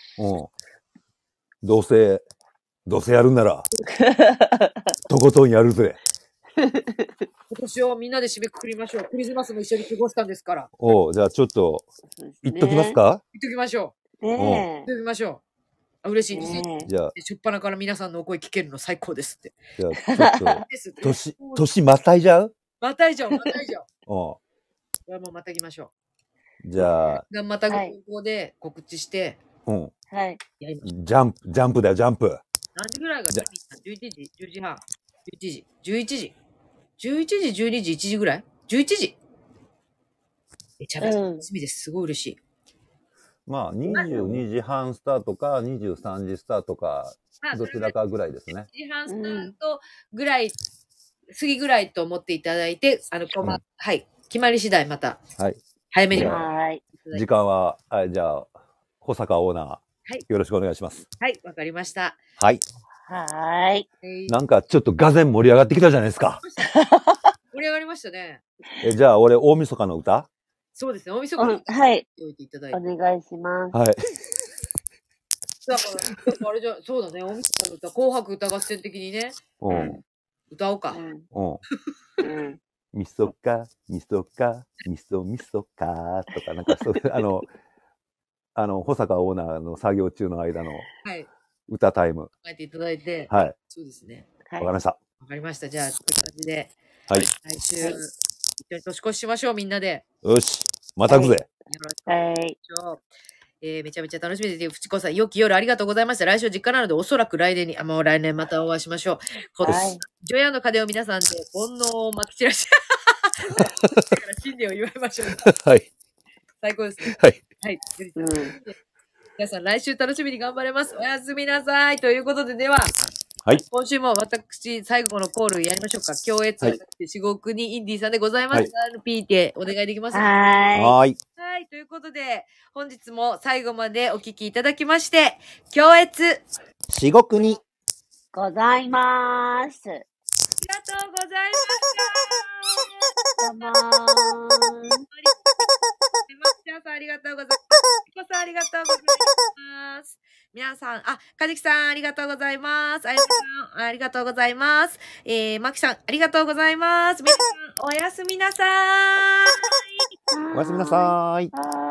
どうせやるんなら、とことんやるぜ。 今年をみんなで締めくくりましょう。クリスマスも一緒に過ごしたんですから。 じゃあちょっと、言っときますか？ 言っときましょう。言っときましょう。嬉しいです。 じゃあ、 しょっぱなから皆さんのお声聞けるの最高ですって。 じゃあ、ちょっと、年またいじゃう？ またいじゃう。じゃあもうまたぎましょう。じゃあ、 また方向で告知して、 はい。 ジャンプだよ、ジャンプ。 何時ぐらいが11時、10時半、11時、12時、1時ぐらい ?11 時。めちゃめちゃ楽しみです。すごい嬉しい。 まあ、22時半スタートか、23時スタートか、どちらかぐらいですね。 2時半スタートぐらい、過ぎぐらいと思っていただいて、はい。決まり次第また、早めに。 時間は、じゃあ、保坂オーナー、よろしくお願いします。 はい、わかりました。 はい。 はい。 なんかちょっとがぜん盛り上がってきたじゃないですか。 盛り上がりましたね。じゃあ俺、大晦日の歌？ そうですね、大晦日の歌。 はい。 お願いします。 はい。 だから、あれじゃ、そうだね、大晦日の歌、紅白歌合戦的にね。歌おうか。 みそか、みそか、みそみそかとか、なんかそういう、保坂オーナーの作業中の間の歌タイム。 考えていただいて。 はい。 そうですね。 わかりました。 わかりました。じゃあ、こういう感じで。 はい。 来週、一緒に年越ししましょう、みんなで。 よし。また来ぜ。 はい。 めちゃめちゃ楽しみです。ふちこさん、良き夜ありがとうございました。来週実家なので、おそらく来年に、もう来年またお会いしましょう。除夜の鐘を皆さんで煩悩をまき散らし、新年を祝いましょう。 はい。 最高ですね。 はい。 はい。皆さん、来週楽しみに頑張れます。おやすみなさい。ということで、では、 はい。 今週も私、最後のコールやりましょうか。共越、至極にインディーさんでございます。RPT お願いできますか？ はい。 はい。ということで、本日も最後までお聞きいただきまして、共越、 至極にございます。 ありがとうございました。 どうもー。 ありがとうございます。ピコさんありがとうございます。 皆さん、かじきさん、ありがとうございます。あやさん、ありがとうございます。まきさん、ありがとうございます。皆さん、おやすみなさーい。 おやすみなさーい。